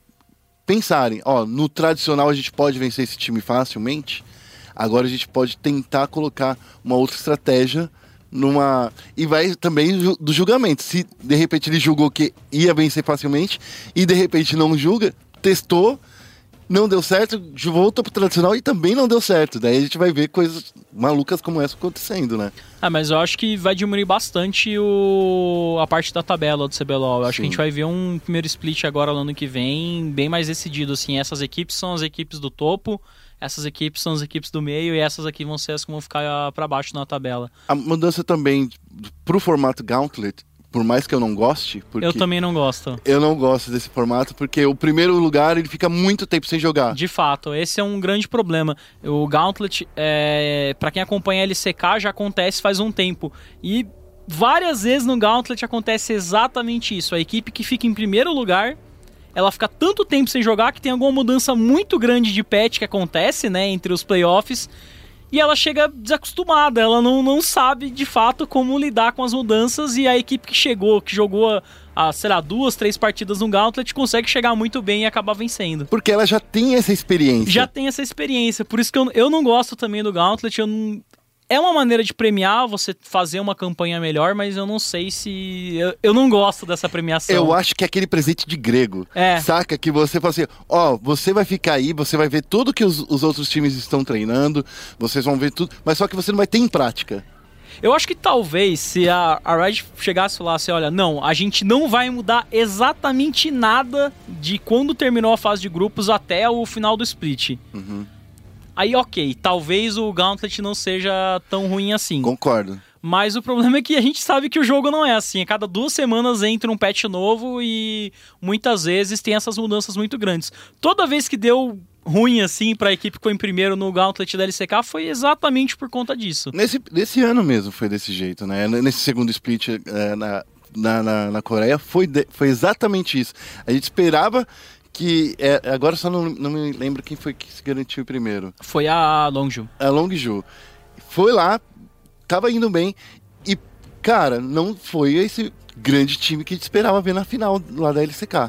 pensarem, ó, no tradicional a gente pode vencer esse time facilmente, agora a gente pode tentar colocar uma outra estratégia numa... E vai também do julgamento. Se de repente ele julgou que ia vencer facilmente e de repente não julga, testou, não deu certo, voltou pro tradicional e também não deu certo. Daí a gente vai ver coisas malucas como essa acontecendo, né? Ah, mas eu acho que vai diminuir bastante o... a parte da tabela do C B L O L. Eu acho Sim. que a gente vai ver um primeiro split agora no ano que vem, bem mais decidido, assim. Essas equipes são as equipes do topo, essas equipes são as equipes do meio e essas aqui vão ser as que vão ficar para baixo na tabela. A mudança também pro formato Gauntlet, por mais que eu não goste... Porque eu também não gosto. Eu não gosto desse formato, porque o primeiro lugar ele fica muito tempo sem jogar. De fato, esse é um grande problema. O Gauntlet, é, para quem acompanha a L C K, já acontece faz um tempo. E várias vezes no Gauntlet acontece exatamente isso. A equipe que fica em primeiro lugar, ela fica tanto tempo sem jogar que tem alguma mudança muito grande de patch que acontece, né, entre os playoffs, e ela chega desacostumada, ela não, não sabe de fato como lidar com as mudanças, e a equipe que chegou, que jogou a, sei lá, duas, três partidas no Gauntlet, consegue chegar muito bem e acabar vencendo. Porque ela já tem essa experiência. Já tem essa experiência, por isso que eu, eu não gosto também do Gauntlet, eu não... É uma maneira de premiar, você fazer uma campanha melhor, mas eu não sei se... Eu, eu não gosto dessa premiação. Eu acho que é aquele presente de grego. É. Saca? Que você fala assim, ó, você vai ficar aí, você vai ver tudo que os, os outros times estão treinando, vocês vão ver tudo, mas só que você não vai ter em prática. Eu acho que talvez, se a, a Riot chegasse e falasse, olha, não, a gente não vai mudar exatamente nada de quando terminou a fase de grupos até o final do split. Uhum. Aí, ok, talvez o Gauntlet não seja tão ruim assim. Concordo. Mas o problema é que a gente sabe que o jogo não é assim. A cada duas semanas entra um patch novo e muitas vezes tem essas mudanças muito grandes. Toda vez que deu ruim assim pra equipe que ficou em primeiro no Gauntlet da L C K foi exatamente por conta disso. Nesse, nesse ano mesmo foi desse jeito, né? Nesse segundo split é, na, na, na, na Coreia foi, de, foi exatamente isso. A gente esperava... que é, agora só não, não me lembro quem foi que se garantiu primeiro. Foi a Longju. A Longju. Foi lá, tava indo bem e, cara, não foi esse grande time que a gente esperava ver na final lá da L C K.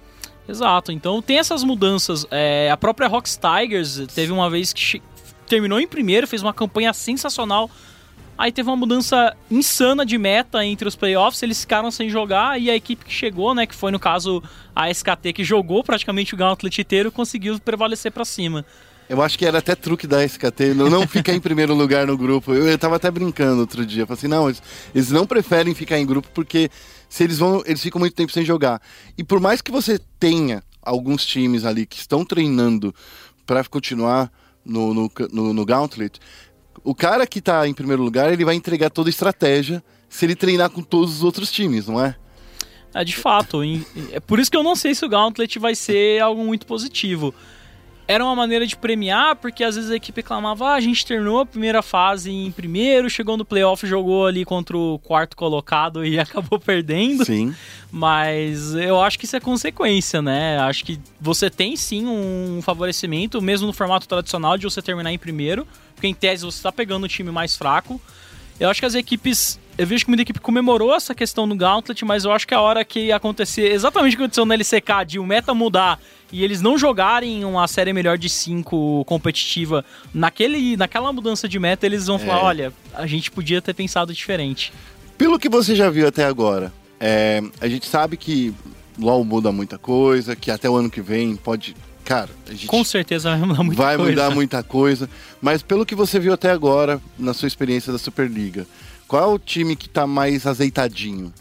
Exato, então tem essas mudanças. É, a própria Rox Tigers teve uma vez que terminou em primeiro, fez uma campanha sensacional. Aí teve uma mudança insana de meta entre os playoffs, eles ficaram sem jogar e a equipe que chegou, né, que foi no caso a S K T, que jogou praticamente o Gauntlet inteiro, conseguiu prevalecer pra cima. Eu acho que era até truque da S K T, não, não ficar em primeiro lugar no grupo. Eu, eu tava até brincando outro dia, falei assim, não, eles, eles não preferem ficar em grupo porque se eles vão, eles ficam muito tempo sem jogar. E por mais que você tenha alguns times ali que estão treinando pra continuar no, no, no, no Gauntlet, o cara que tá em primeiro lugar, ele vai entregar toda a estratégia se ele treinar com todos os outros times, não é? É, de fato. É por isso que eu não sei se o Gauntlet vai ser algo muito positivo. Era uma maneira de premiar, porque às vezes a equipe reclamava, ah, a gente terminou a primeira fase em primeiro, chegou no playoff, jogou ali contra o quarto colocado e acabou perdendo. Sim. Mas eu acho que isso é consequência, né? Acho que você tem sim um favorecimento, mesmo no formato tradicional, de você terminar em primeiro, porque em tese você está pegando o time mais fraco. Eu acho que as equipes... Eu vejo que muita equipe comemorou essa questão no Gauntlet, mas eu acho que a hora que acontecer exatamente o que aconteceu no L C K, de o meta mudar e eles não jogarem uma série melhor de cinco competitiva, naquele, naquela mudança de meta, eles vão é. falar, olha, a gente podia ter pensado diferente. Pelo que você já viu até agora, é, a gente sabe que LoL muda muita coisa, que até o ano que vem pode... Cara, a gente com certeza vai mudar muita vai coisa. Vai mudar muita coisa, mas pelo que você viu até agora, na sua experiência da Superliga, qual é o time que tá mais azeitadinho?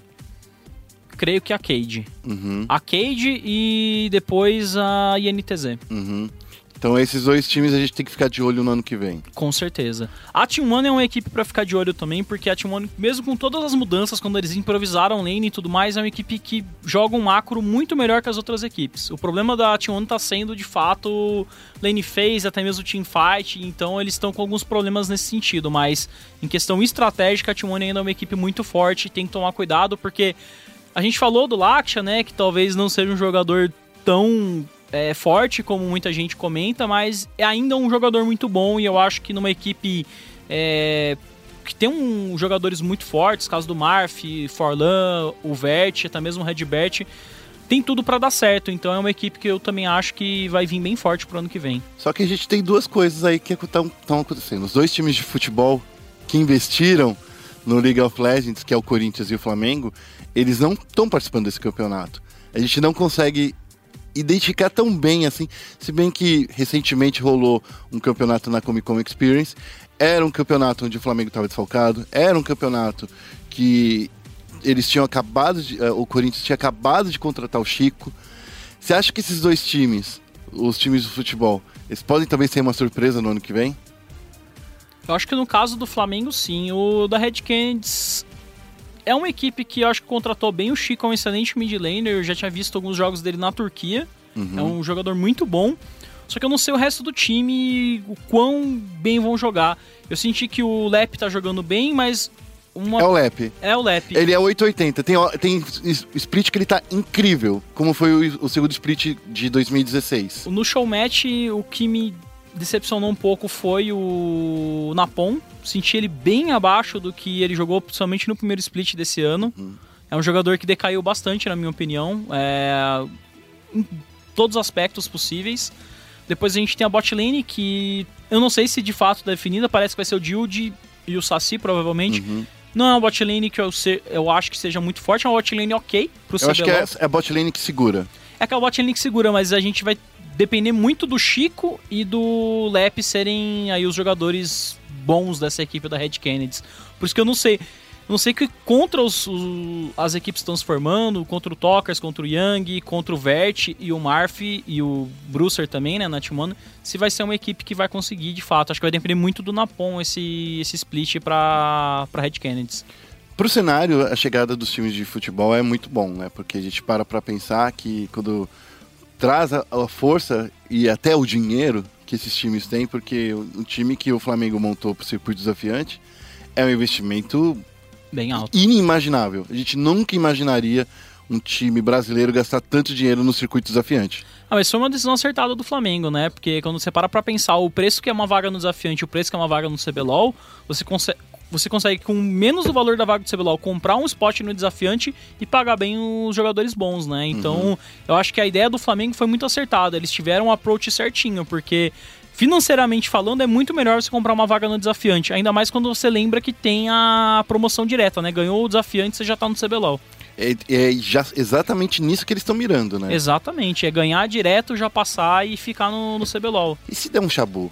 Creio que a Cade. Uhum. A Cade e depois a I N T Z. Uhum. Então esses dois times a gente tem que ficar de olho no ano que vem. Com certeza. A T um é uma equipe pra ficar de olho também, porque a T um, mesmo com todas as mudanças, quando eles improvisaram lane e tudo mais, é uma equipe que joga um macro muito melhor que as outras equipes. O problema da T um tá sendo, de fato, lane phase, até mesmo teamfight, então eles estão com alguns problemas nesse sentido, mas em questão estratégica, a T um ainda é uma equipe muito forte, tem que tomar cuidado, porque a gente falou do Laksha, né, que talvez não seja um jogador tão... É forte, como muita gente comenta, mas é ainda um jogador muito bom e eu acho que numa equipe é, que tem um, jogadores muito fortes, caso do Marth, Forlan, o Vert, até mesmo o Redbert, tem tudo pra dar certo, então é uma equipe que eu também acho que vai vir bem forte pro ano que vem. Só que a gente tem duas coisas aí que estão acontecendo. Os dois times de futebol que investiram no League of Legends, que é o Corinthians e o Flamengo, eles não estão participando desse campeonato. A gente não consegue identificar tão bem assim, se bem que recentemente rolou um campeonato na Comic Con Experience, era um campeonato onde o Flamengo estava desfalcado, era um campeonato que eles tinham acabado de, uh, o Corinthians tinha acabado de contratar o Chico. Você acha que esses dois times, os times do futebol, eles podem também ser uma surpresa no ano que vem? Eu acho que no caso do Flamengo sim, o da Red Canids é uma equipe que eu acho que contratou bem o Chico, é um excelente mid laner, eu já tinha visto alguns jogos dele na Turquia, uhum. É um jogador muito bom, só que eu não sei o resto do time, o quão bem vão jogar. Eu senti que o Lep tá jogando bem, mas... Uma... É o Lep. É o Lep. Ele é oito oitenta, tem, tem split que ele tá incrível, como foi o, o segundo split de dois mil e dezesseis. No showmatch, o que me decepcionou um pouco foi o Napom. Senti ele bem abaixo do que ele jogou, principalmente no primeiro split desse ano. Uhum. É um jogador que decaiu bastante, na minha opinião, é... em todos os aspectos possíveis. Depois a gente tem a bot lane, que eu não sei se de fato tá definida, parece que vai ser o Dilde e o Saci, provavelmente. Uhum. Não é uma bot lane que eu, se... eu acho que seja muito forte, é uma bot lane ok pro C B L O L. Eu acho que é a bot lane que segura. É aquela bot lane que segura, mas a gente vai depender muito do Chico e do Lep serem aí os jogadores bons dessa equipe da Red Canids. Por isso que eu não sei. Não sei que contra os, os, as equipes estão se formando, contra o Tokers, contra o Young, contra o Vert e o Marth e o Brucer também, né, na T um, se vai ser uma equipe que vai conseguir de fato. Acho que vai depender muito do Napom esse, esse split para para Red Canids. Pro cenário, a chegada dos times de futebol é muito bom, né? Porque a gente para pra pensar que quando traz a, a força e até o dinheiro que esses times têm, porque o, o time que o Flamengo montou pro circuito desafiante é um investimento bem alto, inimaginável. A gente nunca imaginaria um time brasileiro gastar tanto dinheiro no circuito desafiante. Ah, mas foi uma decisão acertada do Flamengo, né? Porque quando você para pra pensar o preço que é uma vaga no desafiante e o preço que é uma vaga no C B L O L, você consegue... Você consegue, com menos do valor da vaga do C B L O L, comprar um spot no desafiante e pagar bem os jogadores bons, né? Então, uhum. eu acho que a ideia do Flamengo foi muito acertada. Eles tiveram um approach certinho, porque financeiramente falando, é muito melhor você comprar uma vaga no desafiante. Ainda mais quando você lembra que tem a promoção direta, né? Ganhou o desafiante, você já tá no C B L O L. É, é já exatamente nisso que eles estão mirando, né? Exatamente. É ganhar direto, já passar e ficar no, no C B L O L. E se der um chabu?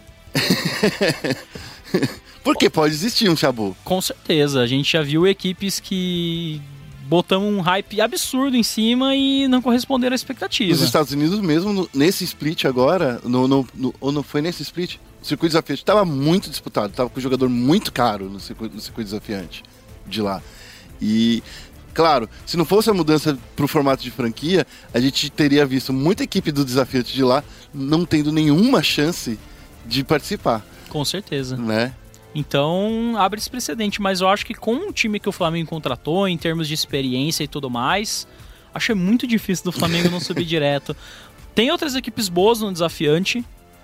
Porque pode existir um chabu. Com certeza. A gente já viu equipes que botam um hype absurdo em cima e não corresponderam à expectativa. Nos Estados Unidos mesmo, no, nesse split agora, no, no, no, ou não foi nesse split? O circuito desafiante estava muito disputado, estava com um jogador muito caro no circuito, no circuito desafiante de lá. E, claro, se não fosse a mudança para o formato de franquia, a gente teria visto muita equipe do desafiante de lá não tendo nenhuma chance de participar. Com certeza. Né? Então, abre esse precedente, mas eu acho que com o time que o Flamengo contratou, em termos de experiência e tudo mais, acho muito difícil do Flamengo não subir direto. Tem outras equipes boas no desafiante,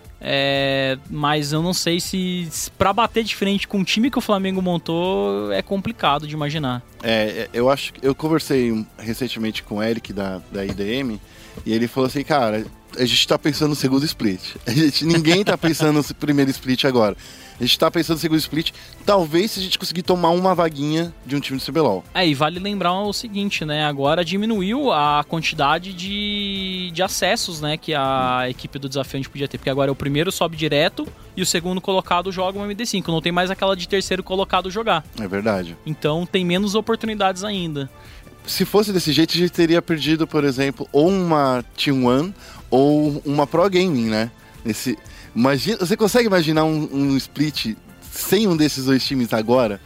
é, mas eu não sei se, se para bater de frente com o time que o Flamengo montou é complicado de imaginar. É, eu acho que eu conversei recentemente com o Eric da, da I D M e ele falou assim, cara, a gente tá pensando no segundo split. A gente, ninguém tá pensando no primeiro split agora. A gente tá pensando no segundo split, talvez se a gente conseguir tomar uma vaguinha de um time do C B L O L. É, e vale lembrar o seguinte, né? Agora diminuiu a quantidade de, de acessos, né, que a hum. equipe do desafiante podia ter. Porque agora o primeiro sobe direto e o segundo colocado joga um M D cinco. Não tem mais aquela de terceiro colocado jogar. É verdade. Então tem menos oportunidades ainda. Se fosse desse jeito, a gente teria perdido, por exemplo, ou uma Team One ou uma Pro Gaming, né? Nesse... Imagina, você consegue imaginar um, um split sem um desses dois times agora?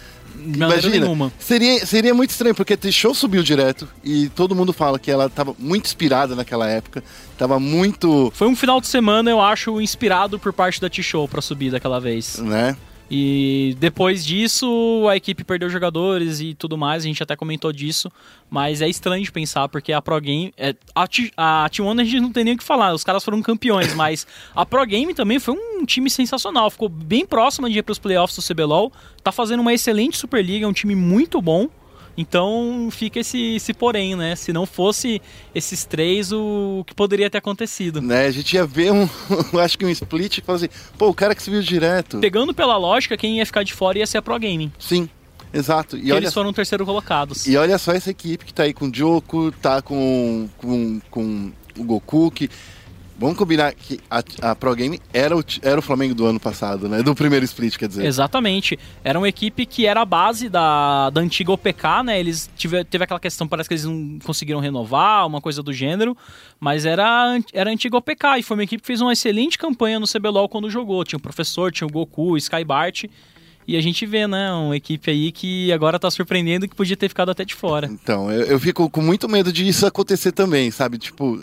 Imagina, nenhuma. Seria, seria muito estranho, porque a T-Show subiu direto e todo mundo fala que ela estava muito inspirada naquela época, estava muito... Foi um final de semana, eu acho, inspirado por parte da T-Show para subir daquela vez. Né? E depois disso, a equipe perdeu jogadores e tudo mais, a gente até comentou disso, mas é estranho de pensar, porque a Pro Game... É, a T um a gente não tem nem o que falar, os caras foram campeões, mas a Pro Game também foi um time sensacional, ficou bem próxima de ir para os playoffs do C B L O L, tá fazendo uma excelente Superliga, é um time muito bom, então fica esse, esse porém, né? Se não fosse esses três, o que poderia ter acontecido? Né, a gente ia ver um, acho que um split e falar assim, pô, o cara que subiu direto. Pegando pela lógica, quem ia ficar de fora ia ser a Pro Gaming. Sim, exato. E olha, eles foram terceiro colocados. E olha só essa equipe que tá aí com o Joko, tá com, com, com o Goku, que... Vamos combinar que a, a Pro Game era o, era o Flamengo do ano passado, né? Do primeiro split, quer dizer. Exatamente. Era uma equipe que era a base da, da antiga O P K, né? Eles tive, teve aquela questão, parece que eles não conseguiram renovar, uma coisa do gênero, mas era, era a antiga O P K e foi uma equipe que fez uma excelente campanha no C B L O L quando jogou. Tinha o Professor, tinha o Goku, o Skybart. E a gente vê, né, uma equipe aí que agora tá surpreendendo que podia ter ficado até de fora. Então, eu, eu fico com muito medo de isso acontecer também, sabe? Tipo,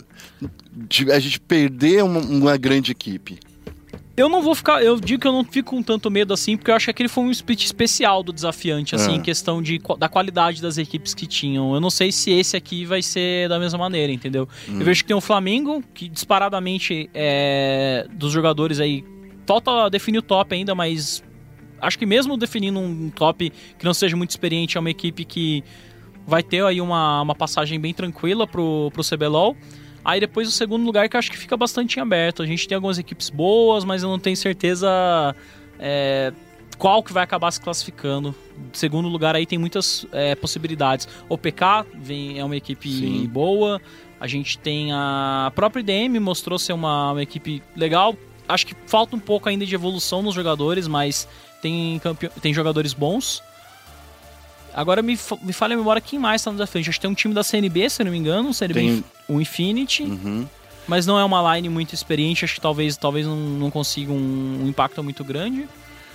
de a gente perder uma, uma grande equipe. Eu não vou ficar... Eu digo que eu não fico com tanto medo assim, porque eu acho que aquele foi um split especial do desafiante, assim, ah. em questão de, da qualidade das equipes que tinham. Eu não sei se esse aqui vai ser da mesma maneira, entendeu? Hum. Eu vejo que tem o Flamengo, que disparadamente é dos jogadores aí... Falta definir o top ainda, mas... Acho que mesmo definindo um top que não seja muito experiente, é uma equipe que vai ter aí uma, uma passagem bem tranquila pro, pro C B L O L. Aí depois o segundo lugar que eu acho que fica bastante aberto. A gente tem algumas equipes boas, mas eu não tenho certeza é, qual que vai acabar se classificando. Segundo lugar aí tem muitas é, possibilidades. O P K vem, é uma equipe Sim. boa. A gente tem a própria I D M, mostrou ser uma, uma equipe legal. Acho que falta um pouco ainda de evolução nos jogadores, mas tem, campe... tem jogadores bons. Agora me, f... me falha a memória quem mais tá no desafio. Acho que tem um time da C N B, se eu não me engano, C N B tem... o Infinity, uhum. mas não é uma line muito experiente, acho que talvez, talvez não, não consiga um, um impacto muito grande.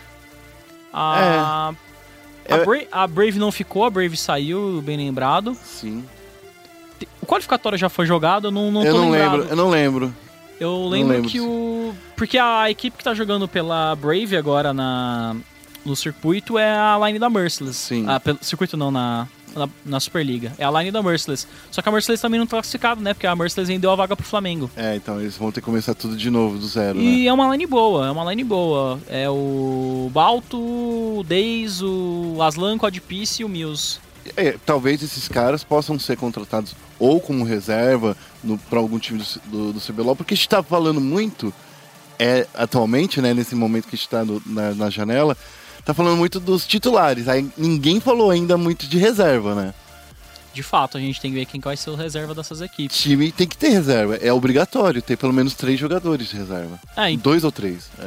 A... É. A, Bra... a Brave não ficou, a Brave saiu, bem lembrado. Sim. O qualificatório já foi jogado, eu não, não eu tô não lembrado. lembro, eu não lembro. Eu lembro, lembro que o... Porque a equipe que tá jogando pela Brave agora na... no circuito é a line da Merciless. Sim. Ah, pelo... Circuito não, na... na... na Superliga. É a line da Merciless. Só que a Merciless também não tá classificada, né? Porque a Merciless vendeu a vaga pro Flamengo. É, então eles vão ter que começar tudo de novo, do zero, E né? é uma line boa, é uma line boa. É o Balto, o Daze, o Aslan, o Codpiece e o Mills. É, talvez esses caras possam ser contratados ou como reserva para algum time do, do, do C B L O L, porque a gente está falando muito, é, atualmente, né, nesse momento que a gente está na, na janela, tá falando muito dos titulares, aí ninguém falou ainda muito de reserva, né? De fato, a gente tem que ver quem vai ser o reserva dessas equipes. O time tem que ter reserva, é obrigatório ter pelo menos três jogadores de reserva. É, Dois ou três, é.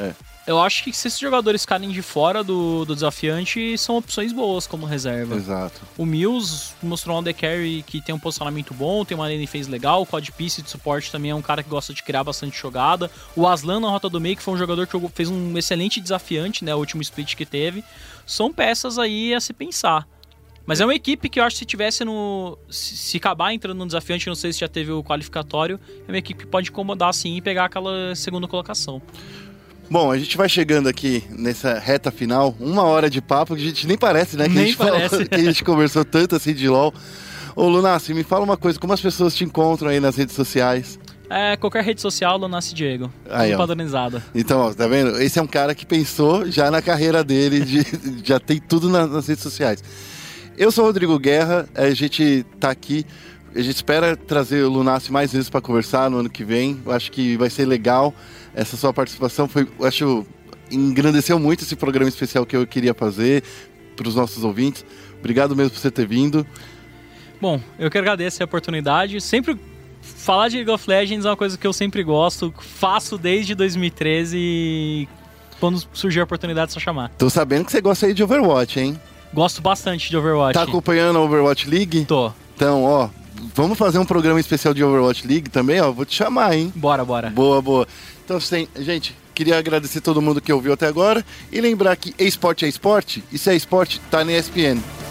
Eu acho que se esses jogadores ficarem de fora do, do desafiante, são opções boas como reserva. Exato. O Mills mostrou um A D Carry que tem um posicionamento bom, tem uma lane phase legal, o Codpiece de suporte também é um cara que gosta de criar bastante jogada. O Aslan na rota do meio, que foi um jogador que fez um excelente desafiante, né, o último split que teve. São peças aí a se pensar. Mas é uma equipe que eu acho que se tivesse no... Se acabar entrando no desafiante, não sei se já teve o qualificatório, é uma equipe que pode incomodar sim e pegar aquela segunda colocação. Bom, a gente vai chegando aqui nessa reta final, uma hora de papo, que a gente nem parece, né? Que, nem a, gente parece. Falou, que a gente conversou tanto assim de LoL. Ô, Lunassi, me fala uma coisa, como as pessoas te encontram aí nas redes sociais? É, qualquer rede social, Lunassi Diego. Aí, tudo ó. padronizada. Então, ó, tá vendo? Esse é um cara que pensou já na carreira dele, de, já tem tudo nas, nas redes sociais. Eu sou o Rodrigo Guerra, a gente tá aqui, a gente espera trazer o Lunassi mais vezes para conversar no ano que vem. Eu acho que vai ser legal essa sua participação. Foi, eu acho, engrandeceu muito esse programa especial que eu queria fazer para os nossos ouvintes. Obrigado mesmo por você ter vindo. Bom, eu que agradeço a oportunidade. Sempre falar de League of Legends é uma coisa que eu sempre gosto, faço desde dois mil e treze e quando surgir a oportunidade é só chamar. Tô sabendo que você gosta aí de Overwatch, hein? Gosto bastante de Overwatch. Tá acompanhando a Overwatch League? Tô. Então, ó, vamos fazer um programa especial de Overwatch League também, ó. Vou te chamar, hein? Bora, bora. Boa, boa. Então, sim, gente, queria agradecer todo mundo que ouviu até agora e lembrar que esporte é esporte, e se é esporte, tá na E S P N.